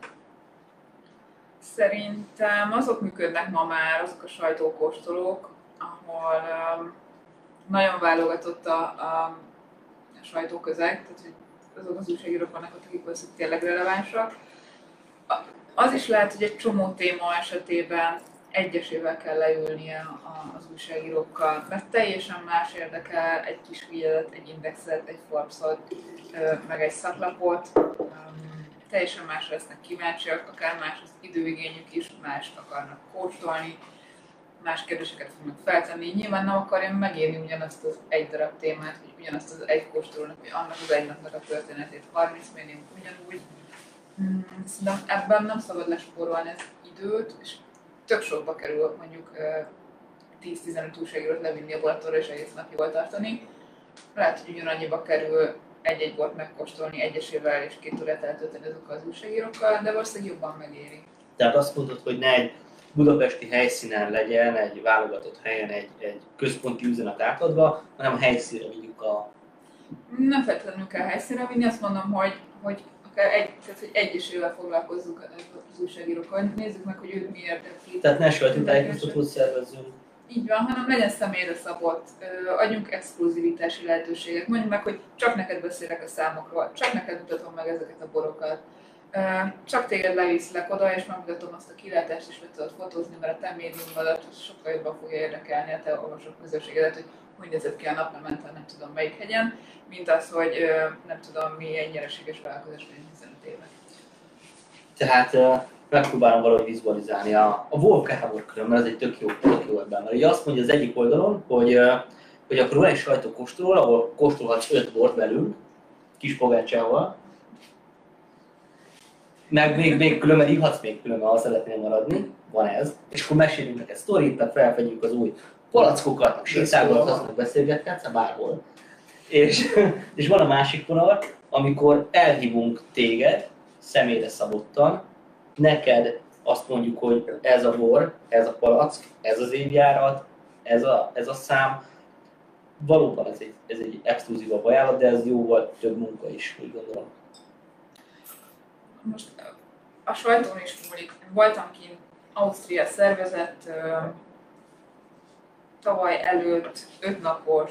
Szerintem azok működnek ma már, azok a sajtókóstolók, ahol nagyon válogatott a sajtóközeg, tehát hogy azok az újságírók vannak ott, akik valószínűleg tényleg relevánsak. Az is lehet, hogy egy csomó téma esetében egyesével kell leülnie az újságírókkal, mert teljesen más érdekel egy kis ügyelet, egy indexet, egy Forbes-ot, meg egy szaklapot. Teljesen más lesznek kíváncsiak, akár más az időigényük is, mást akarnak kóstolni, más kérdéseket fognak feltenni. Nyilván nem akarja megírni ugyanazt az egy darab témát, vagy ugyanazt az egy kóstolónak, vagy annak az egy napnak a történetét 30 millió ugyanúgy. Szerintem ebben nem szabad lespórolni az időt, és tök sokba kerül mondjuk 10-15 újságírót levinni a balatonra és egész nap jól tartani. Lehet, hogy ugyanannyiba kerül egy-egy bort megkóstolni egyesével és 2 órát eltölteni azokkal az újságírókkal, de valószínűleg jobban megéri. Tehát azt mondod, hogy ne egy budapesti helyszínen legyen, egy válogatott helyen egy központi üzenet átadva, hanem a helyszínre vigyük a... Nem feltétlenül kell helyszínre vinni, azt mondom, hogy akár hogy egyesével foglalkozzunk az újságírókkal, nézzük meg, hogy ők mi érdekli. Tehát ne sajtótájékoztatót szervezzünk. Így van, hanem legyen személyre szabott, adjunk exkluzivitási lehetőséget, mondjuk meg, hogy csak neked beszélek a számokról, csak neked mutatom meg ezeket a borokat, csak téged leviszlek oda, és megmutatom azt a kilátást, és meg tudod fotózni, mert a te médiumodat sokkal jobban fogja érdekelni a te olvasók közösségedet, hogy nézett ki a naplemente, nem tudom melyik hegyen, mint az, hogy nem tudom mi egy nyereséges vállalkozás 15 éve. Tehát megpróbálom valahogy vizualizálni a Wolf Kábor körül, mert ez egy tök jó ebben. Mert ugye azt mondja az egyik oldalon, hogy akkor van egy sajtókóstoló, ahol kóstolhatsz 5 bort velünk, kis pogácsával, meg még különben ívhatsz még különben, ha szeretnél maradni, van ez, és akkor mesélünk neked sztorit, meg felfedjük az új palackokat, meg sétálgathatsz, beszélgethetsz, bárhol. És van a másik vonal, amikor elhívunk téged, személyre szabottan, neked azt mondjuk, hogy ez a bor, ez a palack, ez az évjárat, ez a szám. Valóban ez egy exkluzívabb ajánlat, de ez jóval több munka is, úgy gondolom. Most a sajtón is múlik. Voltam kint, Ausztria szervezett tavaly előtt 5 napos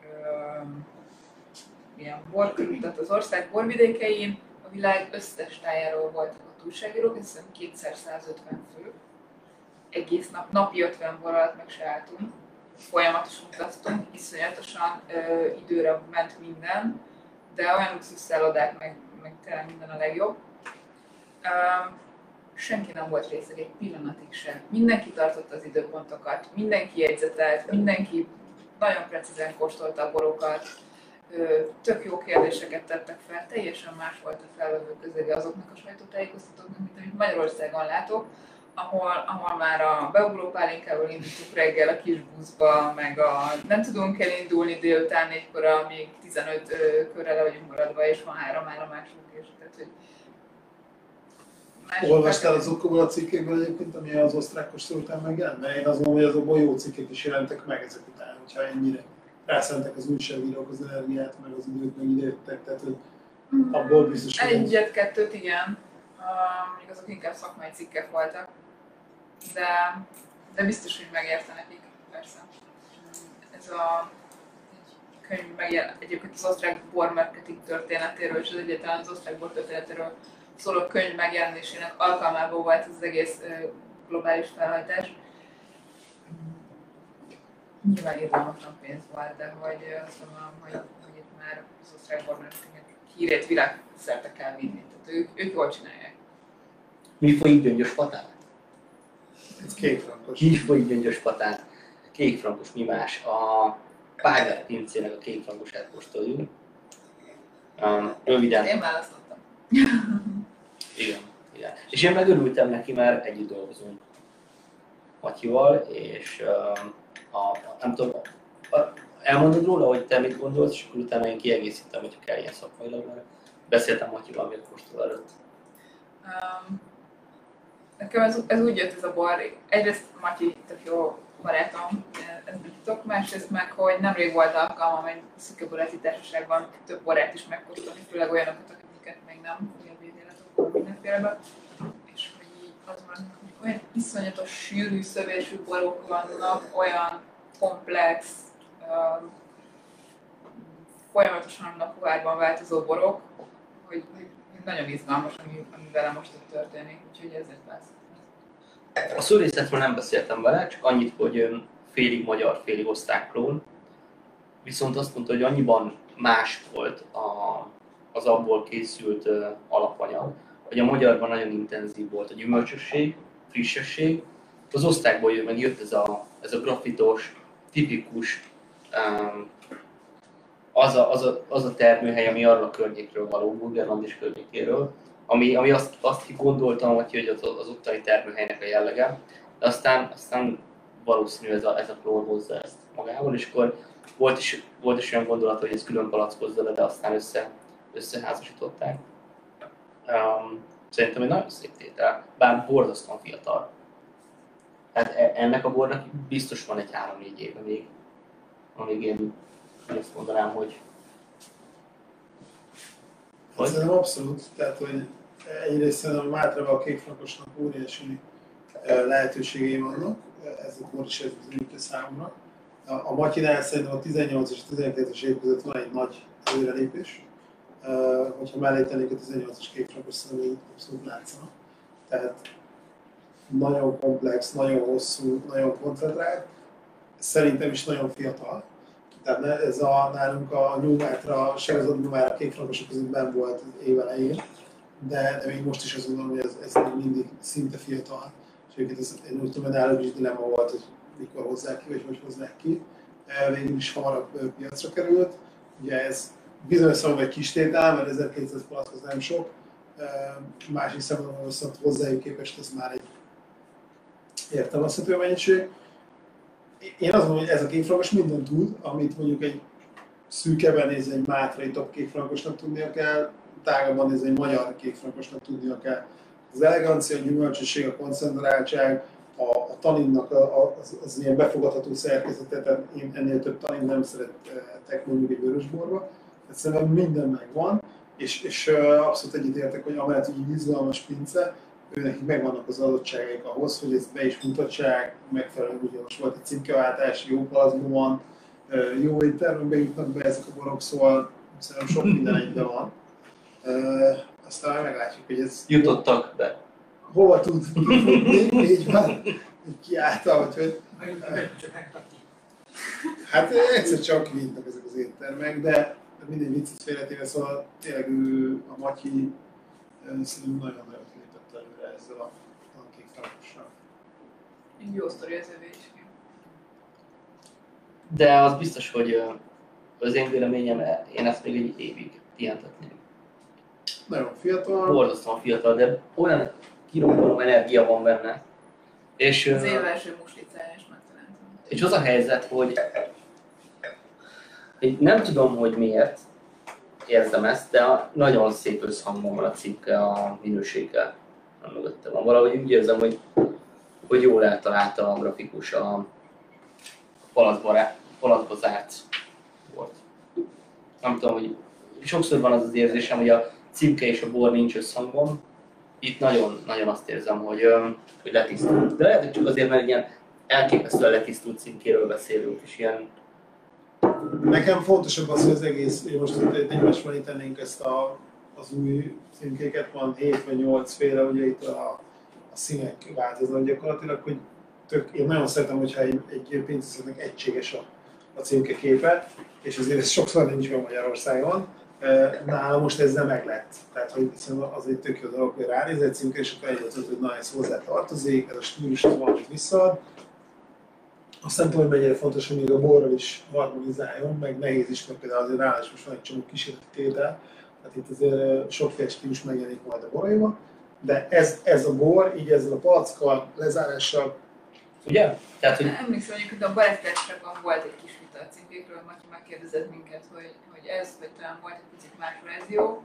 ilyen borkörútat az ország borvidékein. A világ összes tájáról voltak a újságírók, hiszen 250 fő. Egész nap, napi 50 bor alatt meg se álltunk. Folyamatosan utaztunk, iszonyatosan időre ment minden, de olyan luxus szállodák, meg tényleg minden a legjobb. Senki nem volt részeg egy pillanatig sem. Mindenki tartotta az időpontokat, mindenki jegyzetelt, mindenki nagyon precízen kóstolta a borokat, tök jó kérdéseket tettek fel, teljesen más volt a felvevő közege azoknak a sajtótájékoztatóknak, mint amit Magyarországon látok, ahol már a beugró pálinkával indítjuk reggel a kis buszba, meg nem tudunk elindulni délután 4-kor, amíg 15 körre le vagyunk maradva, és van 3 állomásunk, és tehát, hogy olvastál azokból a cikkekből egyébként, ami az osztrák kóstol után megjelent? Mert én azt mondom, hogy azokból jó cikkek is jelentek meg ezek után, hogyha ennyire rászentek az újságírók az energiát, meg az időt, meg idejöttek, tehát hogy abból biztos, hogy... Egyet-kettőt igen, még azok inkább szakmai cikkek voltak, de biztos, hogy megérte nekik, persze. Ez a könyv megjelent egyébként az osztrák bormarketing történetéről, és az egyáltalán az osztrák bor történetéről szóló könyv megjelenésének alkalmából volt az egész globális felhajtás. Nyilván irgalmatlan pénz volt, de hogy azt mondom, hogy itt már az osztrák bormarketingnek hírét világszerte kell vinni, tehát ők jól csinálják. Mi folyik Gyöngyös patán? Ez kékfrankos. Ki folyik Gyöngyös patán? Kékfrankos, mi más? A Páger pincének a kékfrankosát kóstoljuk. Röviden. Én választottam. Igen. És én megörültem neki, mert együtt dolgozunk Matyival, és nem tudom, elmondod róla, hogy te mit gondolsz, és akkor utána én kiegészítem, hogyha kell ilyen szakmailag, mert beszéltem Matyival még a kóstol előtt. Nekem ez úgy jött ez a bor, egyrészt Matyi tök jó barátom, ez biztos, másrészt meg, hogy nemrég volt alkalmam egy szükebaráti társaságban több borát is megkóstolni, főleg olyanokat, amiket még nem, olyan védéletokból mindenféleben. És hogy így az van, hogy olyan iszonyatos sűrű szövésű borok vannak, olyan komplex, folyamatosan a pohárban változó borok, hogy nagyon izgalmas, ami vele most itt történik, úgyhogy ezért választottam. A szőlészetről nem beszéltem vele, csak annyit, hogy félig magyar, félig osztrák klón. Viszont azt mondta, hogy annyiban más volt az abból készült alapanyag, hogy a magyarban nagyon intenzív volt a gyümölcsösség, frissesség. Az osztrákból jött ez a grafitos, tipikus, az a termőhely, ami arra a környékről való, Burgenland és környékéről, ami azt gondoltam, hogy az ottani termőhelynek a jellege, de aztán valószínű ez a klón hozza ezt magával, és akkor volt is olyan gondolat, hogy ez külön palackozza le, de aztán összeházasították. Szerintem egy nagyon szép tétel, bár borzasztóan fiatal. Hát ennek a bornak biztos van egy 3-4 éve még, amíg én azt mondanám, hogy... Szerintem abszolút, tehát hogy egyrészt szerintem általában a kékfrankosnak óriási lehetőségei vannak, ez a bor is ez bizonyítja számomra. A Matyinál szerintem a 18 és a 19-es év között van egy nagy előrelépés, hogyha mellé tennék a 18-as kékfrankos, szerintem abszolút látszana. Tehát nagyon komplex, nagyon hosszú, nagyon koncentrált, szerintem is nagyon fiatal. Tehát ez nálunk a Nyúmátra, Serezott Nyúmára kékfrankosok között benn volt az év elején, de még most is azt gondolom, hogy ez még mindig szinte fiatal. És egyébként én úgy tudom, hogy náluk is dilemma volt, hogy mikor hozzák ki, vagy hogy hozzák ki. Végül is hamarabb piacra került. Ugye ez bizonyos számomra egy kis tétel, mert 1200 palack az nem sok. Másik szemben viszont hozzájuk képest ez már egy értelmezhető mennyiség. Én azt mondom, hogy ez a kékfrankos mindent tud, amit mondjuk egy szűkebben nézve egy mátrai top kékfrankosnak tudnia kell, tágabban nézve egy magyar kékfrankosnak tudnia kell. Az elegancia, a gyümölcsösség, a koncentráltság, a taninnak az ilyen befogadható szerkezete, tehát én ennél több tanin nem szeretek mondjuk egy vörösborba. Tehát szerintem minden megvan, és abszolút egyetértek, hogy amellett, hogy egy izgalmas pince, nekik megvannak az adottságaik ahhoz, hogy ezt be is mutatsák, megfelelően ugye most volt egy címkeváltás, jó palacban van, jó éttermekbe jutnak be ezek a borok, szóval szerintem sok minden egyben van. Aztán meglátjuk, hogy ez... Jutottak be. Hova tud futni, így van, így kiállta, hogy... Hát egyszer csak kivintak ezek az éttermek, de mindegy viccet félretéve, szóval tényleg a Matyi szerintem nagyon-nagyon lépett előre ezzel a kékfrankossal. Jó sztori az övé is. De az biztos, hogy az én véleményem, én ezt még egy évig pihentetném. Nagyon fiatal. Borzasztóan fiatal, de olyan kirobbanó energia van benne. És, Az év első muslicájás megtaláltam. és az a helyzet, hogy én nem tudom, hogy miért érzem ezt, de nagyon szép összhangban van a címke a minőséggel, ami mögötte van. Valahogy úgy érzem, hogy jól eltalálta a grafikus a palacba zárt bort. Nem tudom, hogy sokszor van az az érzésem, hogy a címke és a bor nincs összhangban. Itt nagyon azt érzem, hogy letisztult. De lehet, hogy csak azért, mert ilyen elképesztően letisztult címkéről beszélünk, és ilyen... Nekem fontosabb az, hogy az egész, most egymás mellé tennénk ezt az új címkéket, van 7 vagy 8 féle, ugye itt a színek változnak gyakorlatilag, hogy én nagyon szeretem, hogyha egy pincészetnek egységes a címke képe, és azért ez sokszor nincs meg Magyarországon. Nálam most ezzel meg lett. Tehát, hogy az egy tök jó dolog, hogy ránéz egy címke, és akkor egyetlen, hogy na, ez hozzá tartozik, ez a stílus az valamit visszaad. Azt nem tudom, hogy mennyire fontos, hogy még a borral is harmonizáljon, meg nehéz is, mert például azért nálam is most van egy csomó kísérleti tétel, tehát itt azért sokféle stílus megjelenik majd a boraiban. De ez a bor, így ezzel a palackkal, lezárással. Ugye? Tehát, hogy... Emlékszem, hogy a baráttársaságban volt egy kis vita a címkékről, Matyi megkérdezett minket, hogy ez, vagy talán volt egy picit más verzió.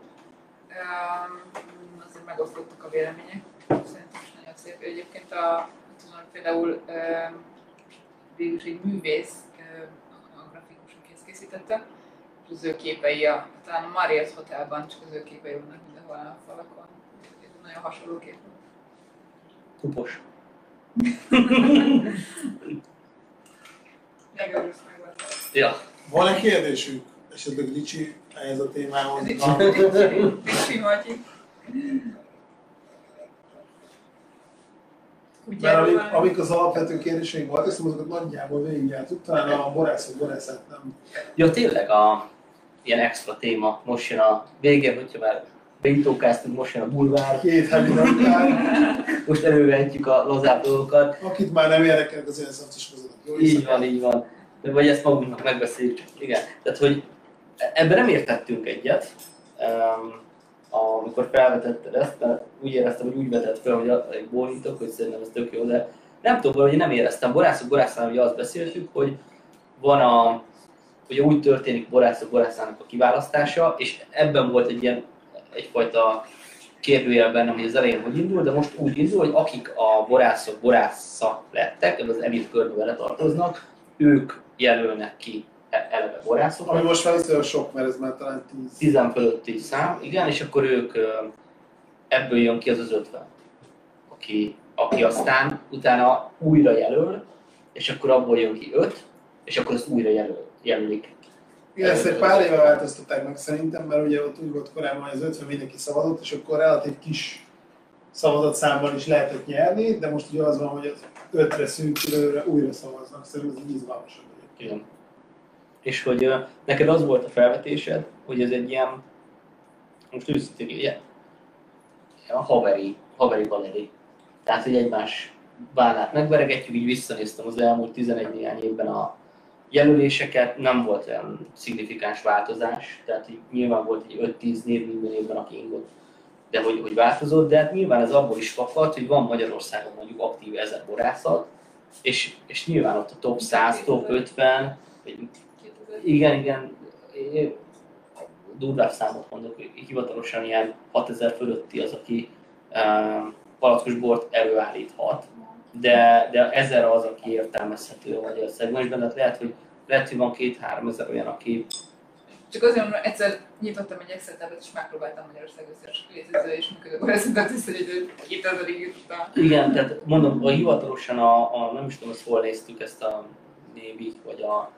Azért megosztottak a vélemények. Szerintem is nagyon szép. Egyébként tudom, például végülis egy művész, a grafikus, aki ezt készítette, és az ő képei, talán a Marriott Hotelban csak az ő képei vannak mindenhol a falakon. Ez nagyon hasonló kép. Kupos. Megörülsz meg volna. Ja. Van-e kérdésünk? Esetleg Ricsi ehhez a témához? Ricsi Matyi. Mert amik az alapvető kérdéseink voltak, azokat nagyjából végigjártuk, talán a borászat nem. Ja, tényleg ilyen extra téma. Most jön a végén, hogyha már bejutókáztunk, most jön a bulvár. Két heavy napkár. Most elővehetjük a lazább dolgokat. Akit már nem érdekel, az ilyen szaftoskozanak. Jó Így van. De vagy ezt magunknak megbeszéljük. Igen. Tehát, hogy ebben nem értettünk egyet. Amikor felvetetted ezt, mert úgy éreztem, hogy úgy vetett fel, hogy bólintok, hogy szerintem ez tök jó, de nem tudom, valahogy nem éreztem. Borászok, ugye azt beszéltük, hogy van ugye úgy történik borászának a kiválasztása, és ebben volt egyfajta kérdőjel bennem, hogy az elején hogy indul, de most úgy indul, hogy akik a borászak lettek, ez az elit körbe vele tartoznak, ők jelölnek ki eleve borászokat. Ami most már olyan sok, mert ez már talán 10 fölötti szám, igen, és akkor ők ebből jön ki az 50, aki aztán utána újra jelöl, és akkor abból jön ki 5, és akkor azt újra jelölik. Igen, ezt egy pár éve változtatták meg szerintem, mert ugye ott úgy volt korábban, hogy az 50 mindenki szavazott, és akkor relatív kis szavazatszámban is lehetett nyerni, de most ugye az van, hogy az 5-re szűkülőre újra szavaznak, szerintem ez izgalmasabb. Igen. És hogy neked az volt a felvetésed, hogy ez egy ilyen, most őszintén ilyen haveri galeri. Tehát, hogy egymás vállát megveregetjük, így visszanéztem az elmúlt 11 néhány évben a jelöléseket, nem volt olyan szignifikáns változás, tehát így nyilván volt egy 5-10 név minden évben, aki ingott, de hogy változott, de hát nyilván ez abból is fakad, hogy van Magyarországon mondjuk aktív 1000 borászat, és nyilván ott a top 100, top 50, igen, durvább számot mondok, hogy hivatalosan ilyen 6000 fölötti az, aki palackos bort előállíthat, de 1000 az, aki értelmezhető a magyar szegmensben, tehát lehet, hogy van 2-3 ezer olyan, aki... Csak azért, mert egyszer nyitottam egy Excel táblat, és megpróbáltam Magyarország összes létező és működő borászatot összegyűjteni, hogy 2000-ig jutottam. Igen, tehát mondom, hivatalosan nem is tudom, ezt hol néztük, ezt a Nébi vagy a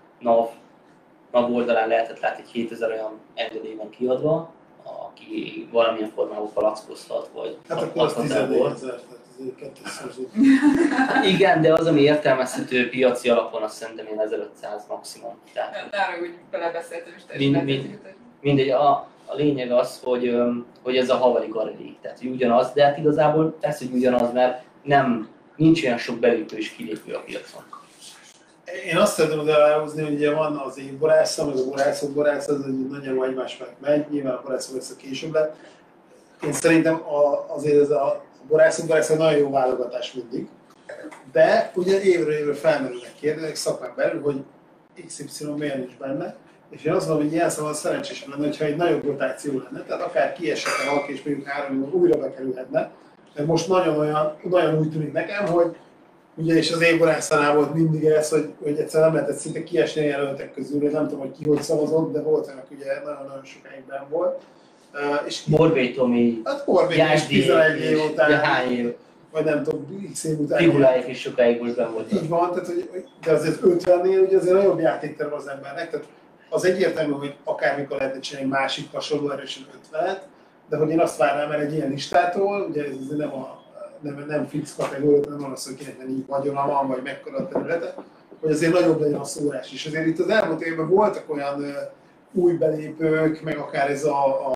NAV oldalán lehetett látni, hogy 7000 olyan engedély van kiadva, aki valamilyen formában palackozhat, vagy hát akkor az 14 000, tehát azért kettőszöröző. Igen, de az, ami értelmezhető piaci alapon, azt szerintem én 1500 maximum. Nára úgy belebeszéltem is teljesen. Mindegy, a lényeg az, hogy ez a haveri galeri, tehát hogy ugyanaz, de hát igazából persze, hogy ugyanaz, mert nincs olyan sok belépő és kilépő a piacon. Én azt szeretném oda elhúzni, hogy ugye van az évborásza, meg a borászok borásza, az nagyjából egymás mellett megy, nyilván a borászok lesz a később lett. Én szerintem azért ez a borászok borásza nagyon jó válogatás mindig. De ugye évről évre felmerülnek kérdések szakmán belül, hogy XY miért nincs benne. És én azt mondom, hogy ilyen szóval szerencsés lenne, hogyha egy nagyobb rotáció lenne, tehát akár kiesett valaki, és mondjuk 3 évben újra bekerülhetne. Mert most nagyon úgy tűnik nekem, hogy ugye és az évborászánál volt mindig ez, hogy egyszerűen nem lehetett szinte kiesni a jelöltek közül, nem tudom, hogy ki hogy szavazott, de volt ennek ugye nagyon-nagyon sokáig benn volt. És Borbély Tomi, hát Borbély is 11 év után, hány év, vagy nem tudom, x év után. Figuláik is sokáig most benn voltak. Így van, tehát, de azért 50-nél ugye azért nagyobb játékterv az embernek, tehát az egyértelmű, hogy akármikor lehetne csinálni másik hasonló erősen 50-et, de hogy én azt várnám el egy ilyen listától, ugye ez azért nem fix kategória, nem van az, hogy kinek mennyi vagyona van, vagy mekkora a területe, hogy azért nagyobb legyen a szórás is. Azért itt az elmúlt évben voltak olyan új belépők, meg akár ez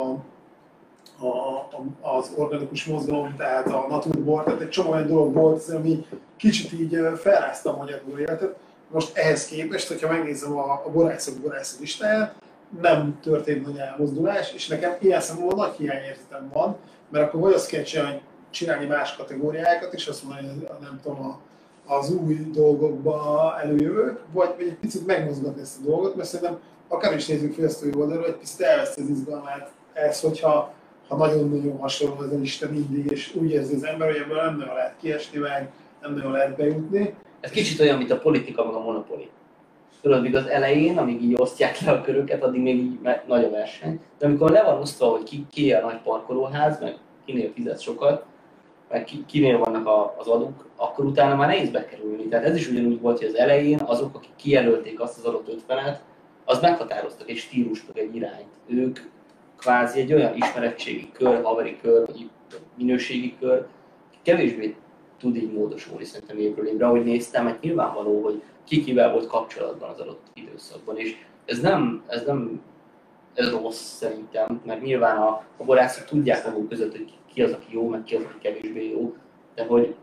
az organikus mozgalom, tehát a Naturbor, tehát egy csomó olyan dolog volt, ami kicsit így felrázta a magyar életet. Most ehhez képest, hogyha megnézem a borászok listáját, nem történt nagy elmozdulás, és nekem ilyen szempontból nagy hiányérzetem van, mert akkor vagy azt kell csinálni más kategóriákat, és azt mondani, hogy nem tudom, az új dolgokba előjövök, vagy egy picit megmozgatni ezt a dolgot, mert szerintem akár is nézzük fogyasztói oldalról, egy picit elveszti az izgalmát ez, hogyha nagyon-nagyon hasonló ez a lista mindig, és úgy érzi az ember, hogy ebből nem nagyon lehet kiesni, meg nem nagyon lehet bejutni. Ez kicsit olyan, mint a politika, meg a monopoli. Tudod, még az elején, amíg így osztják le a köröket, addig még így nagy a verseny. De amikor le van osztva, hogy ki a nagy parkolóház, meg kinél fizet sokat, meg kinél vannak az adók, akkor utána már nehéz bekerülni. Tehát ez is ugyanúgy volt, hogy az elején azok, akik kijelölték azt az adott 50-et, az meghatároztak egy stílust, meg egy irányt. Ők kvázi egy olyan ismerettségi kör, haveri kör, vagy minőségi kör, kevésbé tud így módosulni szerintem évről évre, ahogy néztem, mert nyilvánvaló, hogy kivel volt kapcsolatban az adott időszakban, és ez nem rossz szerintem, mert nyilván a borászok tudják maguk között, hogy ki az, aki jó, meg ki az, aki kevésbé jó, de hogy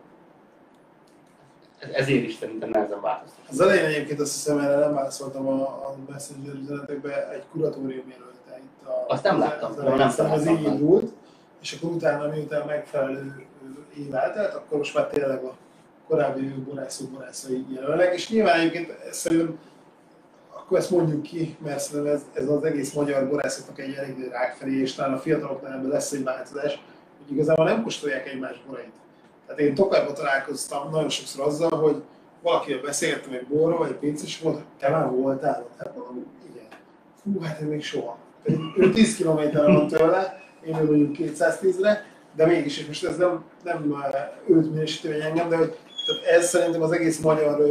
ezért is szerintem nehezen változtat. Az elején egyébként azt hiszem, erre nem válaszoltam a Messenger üzenetekbe, egy kuratórium jelölte itt azt nem láttam, az így indult, és akkor utána, miután megfelelő év eltelt, akkor most már tényleg a korábbi borászai jelölnek, és nyilván egyébként szerintem akkor ezt mondjuk ki, mert szerintem ez az egész magyar borászoknak egy elég rákfelé, és talán a fiataloknál ebben lesz egy változás, hogy igazából nem kóstolják egymás borait. Tehát én Tokajban találkoztam nagyon sokszor azzal, hogy valakivel beszélgettem egy borról, vagy egy pincés, és mondta, te már voltál? Hát mondom, igen. Hú, hát én még soha. Ő 10 kilométerre van tőle, én mondjuk 210-re, de mégis, és most ez nem őt minősítő, vagy engem, de hogy tehát ez szerintem az egész magyar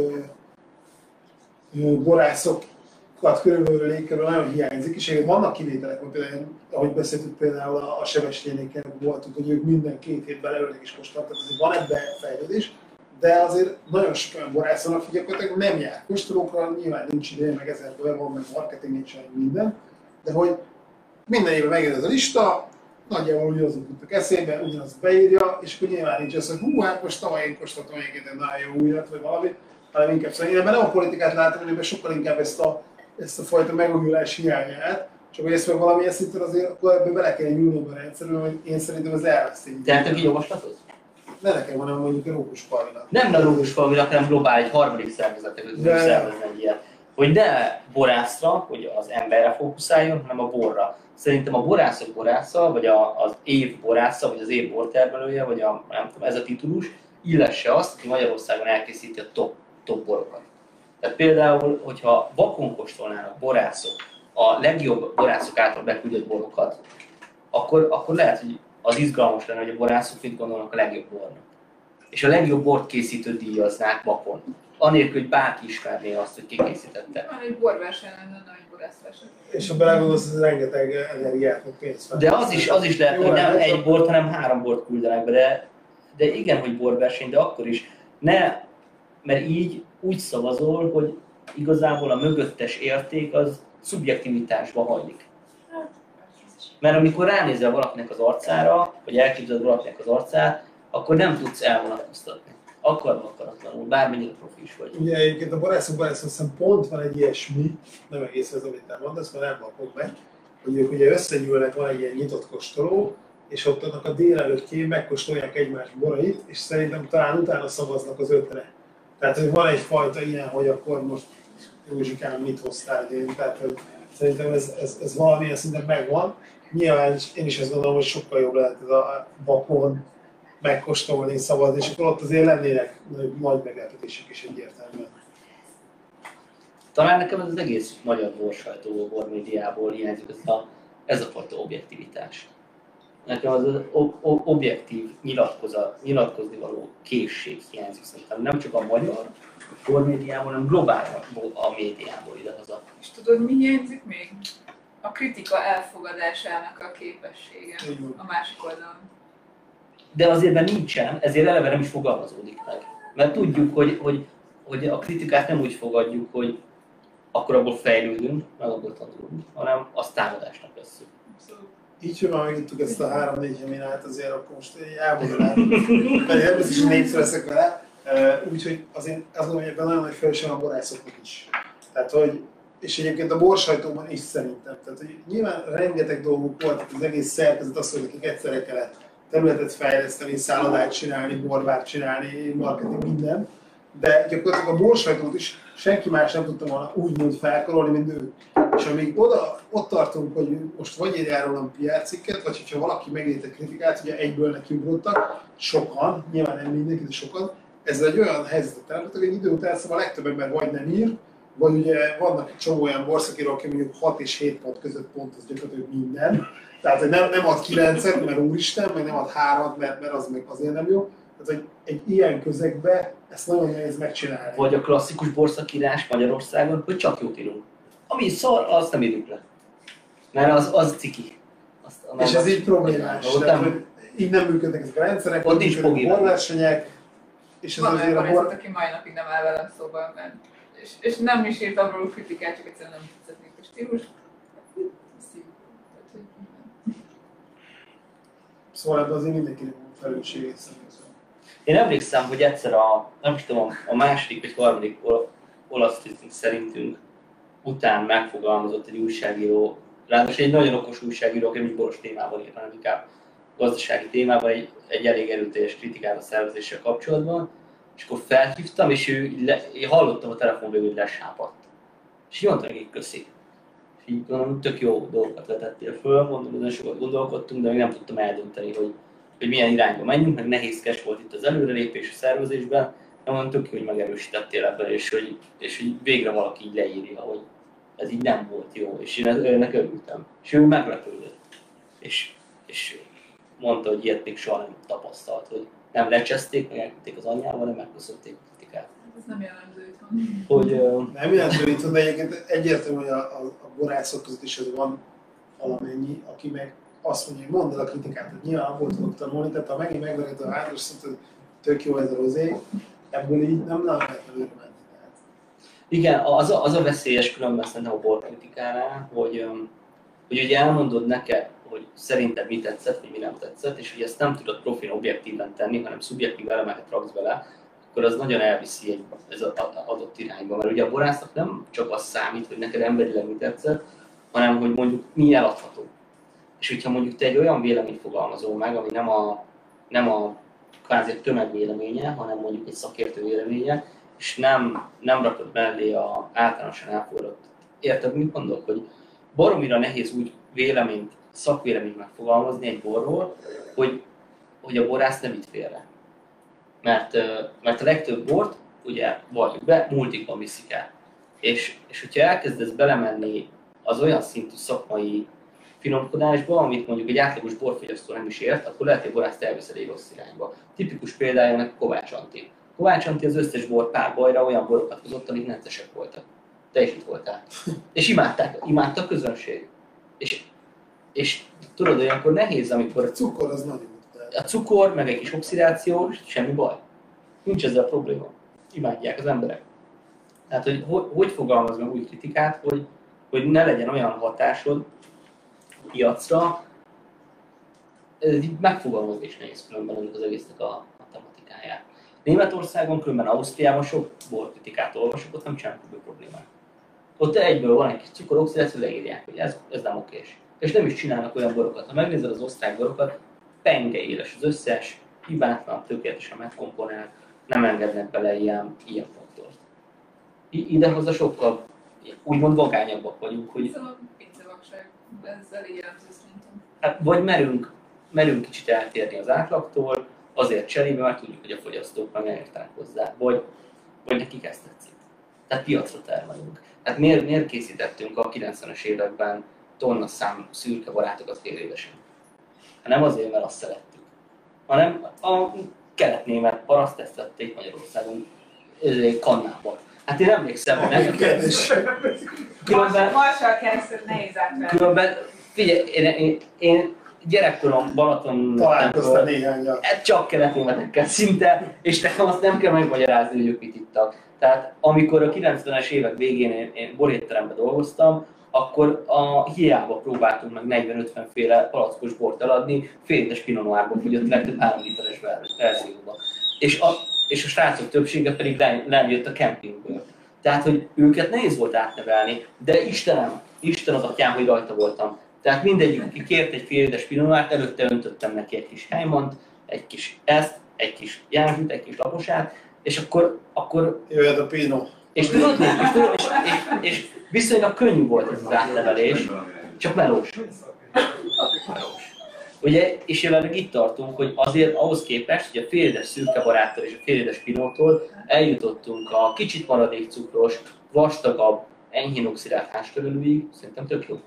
borászokat körülbelül légkörül nagyon hiányzik, és vannak kivételek, például, ahogy beszéltük például a Sebestyénékkel voltunk, hogy ők minden 2 hétben leülnek és kóstoltak, tehát azért van ebben fejlődés, de azért nagyon sok olyan borászolnak, hogy gyakorlatilag nem jár kóstolókra, nyilván nincs ideje, meg 1000 van, meg marketing nincs, meg minden, de hogy minden évben megjön ez a lista, nagyjából ugyanazok jutnak eszébe, ugyanaz beírja, és akkor nyilván nincs az, hogy hú, hát most tavaly én kóstoltam egyébként egy nagyon jó újat, vagy valami, hanem inkább szóval én ebben nem a politikát látom, hanem sokkal inkább ezt a fajta megújulás hiányát, csak hogy ezt meg valamilyen szinten azért akkor ebbe bele kell nyúlni a rendszerben, hogy én szerintem ez elveszti. Tehetek így javaslatot? Ne nekem, hanem mondjuk a Rókus Palvinak. Nem a Rókus Palvinak, hanem globális harmadik szervezetek, hogy szervezni egy ilyet. Hogy ne borászra, hogy az emberre fókuszáljon, hanem a borra. Szerintem a borászok borásza, vagy az év borásza, vagy az év bortermelője, vagy nem tudom, ez a titulus, illesse azt, aki Magyarországon elkészíti a top borokat. Tehát például, hogyha vakon kóstolnának borászok a legjobb borászok által beküldött borokat, akkor lehet, hogy az izgalmas lenne, hogy a borászok mit gondolnak a legjobb bornak. És a legjobb bort készítő díjaznák vakon. Anélkül, hogy bárki ismerné azt, hogy ki készítette. Van egy borverseny lenne, nagy borászverseny. És ha belegondolsz, ez rengeteg energiát, meg pénzt fel. De az is lehet, hogy nem egy bort, hanem 3 bort küldenek be, de igen, hogy borverseny, de akkor is ne, mert így úgy szavazol, hogy igazából a mögöttes érték az szubjektivitásba hajlik. Mert amikor ránézel valakinek az arcára, vagy elképzeled valakinek az arcát, akkor nem tudsz elvonatkoztatni. akaratlanul, bármennyire profi is vagy. Ugye egyébként a borászokban azt hiszem pont van egy ilyesmi, nem egész az, amit te mondasz, mert nem lapok meg, hogy ők ugye összegyűlnek, van egy ilyen nyitott kóstoló, és ott annak a délelőttjén megkóstolják egymás borait, és szerintem talán utána szavaznak az ötre. Tehát, hogy van egyfajta ilyen, hogy akkor most Józsikám mit hoztál én, tehát hogy szerintem ez valamilyen szinten megvan. Nyilván én is azt gondolom, hogy sokkal jobb lehet ez a vakon megkóstolni, szavazni, és akkor ott azért lennének nagy meglepetések is egyértelműen. Talán nekem ez az egész magyar borsajtó bormédiából hiányzik ez a fajta objektivitás. Nekem az objektív nyilatkozni való készség hiányzik szerintem. Nem csak a magyar bormédiából, hanem globálisan a médiából idehaza. És tudod, mi hiányzik még? A kritika elfogadásának a képessége a másik oldalon. De azért ben nincsen, ezért eleve nem is fogalmazódik meg. Mert tudjuk, hogy a kritikát nem úgy fogadjuk, hogy akkor abból fejlődünk, meg abból tanulunk, hanem azt támadásnak vesszük. Így, hogy már megittuk ezt a 3-4 heminát, azért akkor most elmondanám, mert nem biztos, hogy négyszer leszek vele. Úgyhogy azért azt gondolom, hogy ebben nagyon nagy felelősség a borászoknak is. Tehát, hogy, és egyébként a borsajtóban is szerintem. Tehát, hogy nyilván rengeteg dolguk volt, az egész szerkezet az, hogy nekik egyszerre kellett területet fejleszteni, szállodát csinálni, borbát csinálni, marketing, minden. De gyakorlatilag a borsajtót is senki más nem tudta volna úgy felkarolni, mint ők. És amíg ott tartunk, hogy most vagy írjál rólam PR cikket, vagy hogyha valaki megírta kritikát, ugye egyből nekiugrottak, sokan, nyilván nem mindenki, de sokan, ez egy olyan helyzetet teremtettek, hogy idő után szóval a legtöbb ember vagy nem ír, vagy ugye vannak egy csomó olyan borszakíró, aki mondjuk 6 és 7 pont között pontoz gyakorlatilag minden. Tehát, hogy nem ad 9-et, mert úristen, meg nem ad 3-at, mert az meg azért nem jó. Tehát, hogy egy ilyen közegben ezt nagyon nehéz megcsinálni. Vagy a klasszikus borszakírás Magyarországon, hogy csak jót írunk. Ami szar, azt nem írjuk le. Mert az ciki. És ez így problémás. Tehát, hogy így nem működnek ezek a rendszerek, ott nincs a borversenyek. És ez van azért olyan borászat, aki mai napig nem áll velem szóba, mert és nem is írtam róla kritikát, csak egyszerűen nem tetszett a stílus. Szóval ebben azért mindenkinek van felelőssége szerintem. Én emlékszem, hogy egyszer nem tudom, a második vagy harmadik olasz tisztünk szerintünk után megfogalmazott egy újságíró, ráadásul egy nagyon okos újságíró, aki nem boros témában írt, hanem inkább gazdasági témában egy elég erőteljes kritikát a szervezéssel kapcsolatban, és akkor felhívtam, és én hallottam a telefonból, hogy lesápadt. És így mondta nekik köszi. És így gondolom, tök jó dolgokat vetettél föl, mondom, nagyon sokat gondolkodtunk, de még nem tudtam eldönteni, hogy milyen irányba menjünk, meg nehézkes volt itt az előrelépés a szervezésben, de mondom, tök jó, hogy megerősítettél ebben, és hogy végre valaki így leírja, hogy ez így nem volt jó, és én ennek örültem. És ő meglepődött. És mondta, hogy ilyet még soha nem tapasztalt, hogy nem lecseszték, meg elküldték az anyjával, hanem megköszönték a kritikát. Ez nem jellemző itthon. Nem jellemző itthon, de egyébként egyértelmű, hogy a borászok között is ez van valamennyi, aki meg azt mondja, hogy mondd el a kritikát, hogy nyilván abból tudok tanulni, tehát ha megint megvered a hátras szint, hogy tök jó ez a rozé, ebből így nem lehet előre menni. Igen, az a veszélyes különben szerintem a borkritikánál, hogy ugye elmondod neked, hogy szerinted mi tetszett, vagy mi nem tetszett, és hogy ezt nem tudod profin objektíven tenni, hanem szubjektív elemeket raksz bele, akkor az nagyon elviszi ez az adott irányba. Mert ugye a borásznak nem csak az számít, hogy neked emberileg mi tetszett, hanem hogy mondjuk mi eladható. És hogyha mondjuk te egy olyan véleményt fogalmazol meg, ami nem a kvázi tömegvéleménye, hanem mondjuk egy szakértő véleménye, és nem rakod mellé a általánosan elfogadott. Érted, mit mondok? Hogy baromira nehéz úgy szakvéleményt megfogalmazni egy borról, hogy a borász nem vitt félre. Mert a legtöbb bort, ugye valljuk be, multikban viszik el. És hogyha elkezdesz belemenni az olyan szintű szakmai finomkodásba, amit mondjuk egy átlagos borfogyasztó nem is ért, akkor lehet, hogy a borászt elviszed egy rossz irányba. Tipikus példája ennek Kovács Antti. Kovács Antti az összes bor pár bajra olyan borokat hozott, amik neccesek voltak. Te is itt voltál. És imádta a közönség. És tudod, olyankor nehéz, amikor A cukor az nagyon a cukor, meg egy kis oxidáció, semmi baj. Nincs ezzel probléma. Imádják az emberek. Tehát, hogy fogalmaz meg új kritikát, hogy ne legyen olyan hatásod a piacra, ez így megfogalmazni is nehéz különben ennek az egésznek a tematikáját. Németországon, különben Ausztriában sok borkritikát olvasok, ott nem csinálnak problémát. Ott egyből van egy kis cukorokxidáció, leírják, hogy ez nem okés. És nem is csinálnak olyan borokat. Ha megnézed az osztrák borokat, penge éles az összes, hibátlan, tökéletesen megkomponált, nem engednek bele ilyen faktort. Idehozzá sokkal úgymond vagányabbak vagyunk, hogy... Ez a pizzavakság, ezzel így jelző szerintem. Hát vagy merünk kicsit eltérni az átlagtól, azért cserébe, mert tudjuk, hogy a fogyasztók meg elértenek hozzá, vagy nekik ezt tetszik. Tehát piacra termelünk. Hát miért készítettünk a 90-es években tonnaszám szürke barátokat fél évesen? Hát nem azért, mert azt szerettük, hanem a kelet-német paraszt ezt tették Magyarországon kannában. Hát én emlékszem, hogy különben, figyelj, én gyerekkorom Balaton találkoztam néhányan. Csak kelet-németekkel szinte, és nekem azt nem kell megmagyarázni, hogy ők mit ittak. Tehát amikor a 90-es évek végén én borétteremben dolgoztam, akkor hiába próbáltunk meg 40-50 féle palackos bort eladni, félites Pinot Noirba fogyott legtöbb 3 literes verzióba. És a srácok többsége pedig lejött a kempingből. Tehát, hogy őket nehéz volt átnevelni, de Isten az atyám, hogy rajta voltam. Tehát mindegyik, aki kért egy félites Pinot Noirt, előtte öntöttem neki egy kis Helymont, egy kis ezt, egy kis Jánzsút, egy kis Laposát, és akkor jöjjed a Pinot. És viszonylag könnyű volt ez az átnevelés, csak melós. Ugye, és jelenleg itt tartunk, hogy azért ahhoz képest, hogy a félides szürke baráttól és a félides Pinottól eljutottunk a kicsit maradékcukros, vastagabb, enyhén oxidált háskörülőig, szerintem tök jó.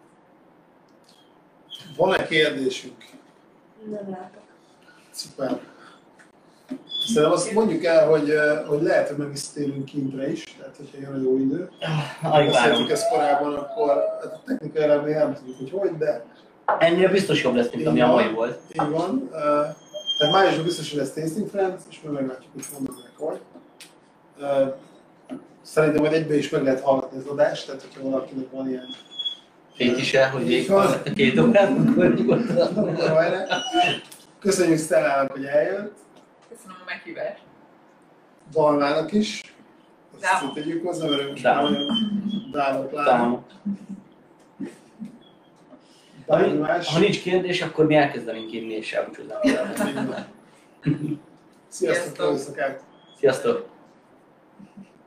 Van-e kérdésünk? Nem látok. Szuper. Szerintem azt mondjuk el, hogy lehet, hogy meg is térünk kintre is, tehát hogyha jön a jó idő. Beszéltük ezt korábban, akkor technikailag még nem tudjuk, hogy de... Ennél biztos jobb lesz, mint ami a mai volt. Így van. Tehát májusban biztos, hogy lesz Tasting Friends, és majd meglátjuk, hogy mondanak hogy. Szerintem majd egybe is meg lehet hallgatni az adást, tehát hogyha valakinek van ilyen... Fétise, hogy végighallgat a 2 órát, akkor nyugodtan. Köszönjük Stellának, hogy eljött. Köszönöm a meghívást. Dalmának is. Azt tegyük hozzá, mert most már olyan Dámot látom. Ha nincs kérdés, akkor mi elkezdenénk írni és elbúcsúznánk. Sziasztok! Sziasztok! Sziasztok!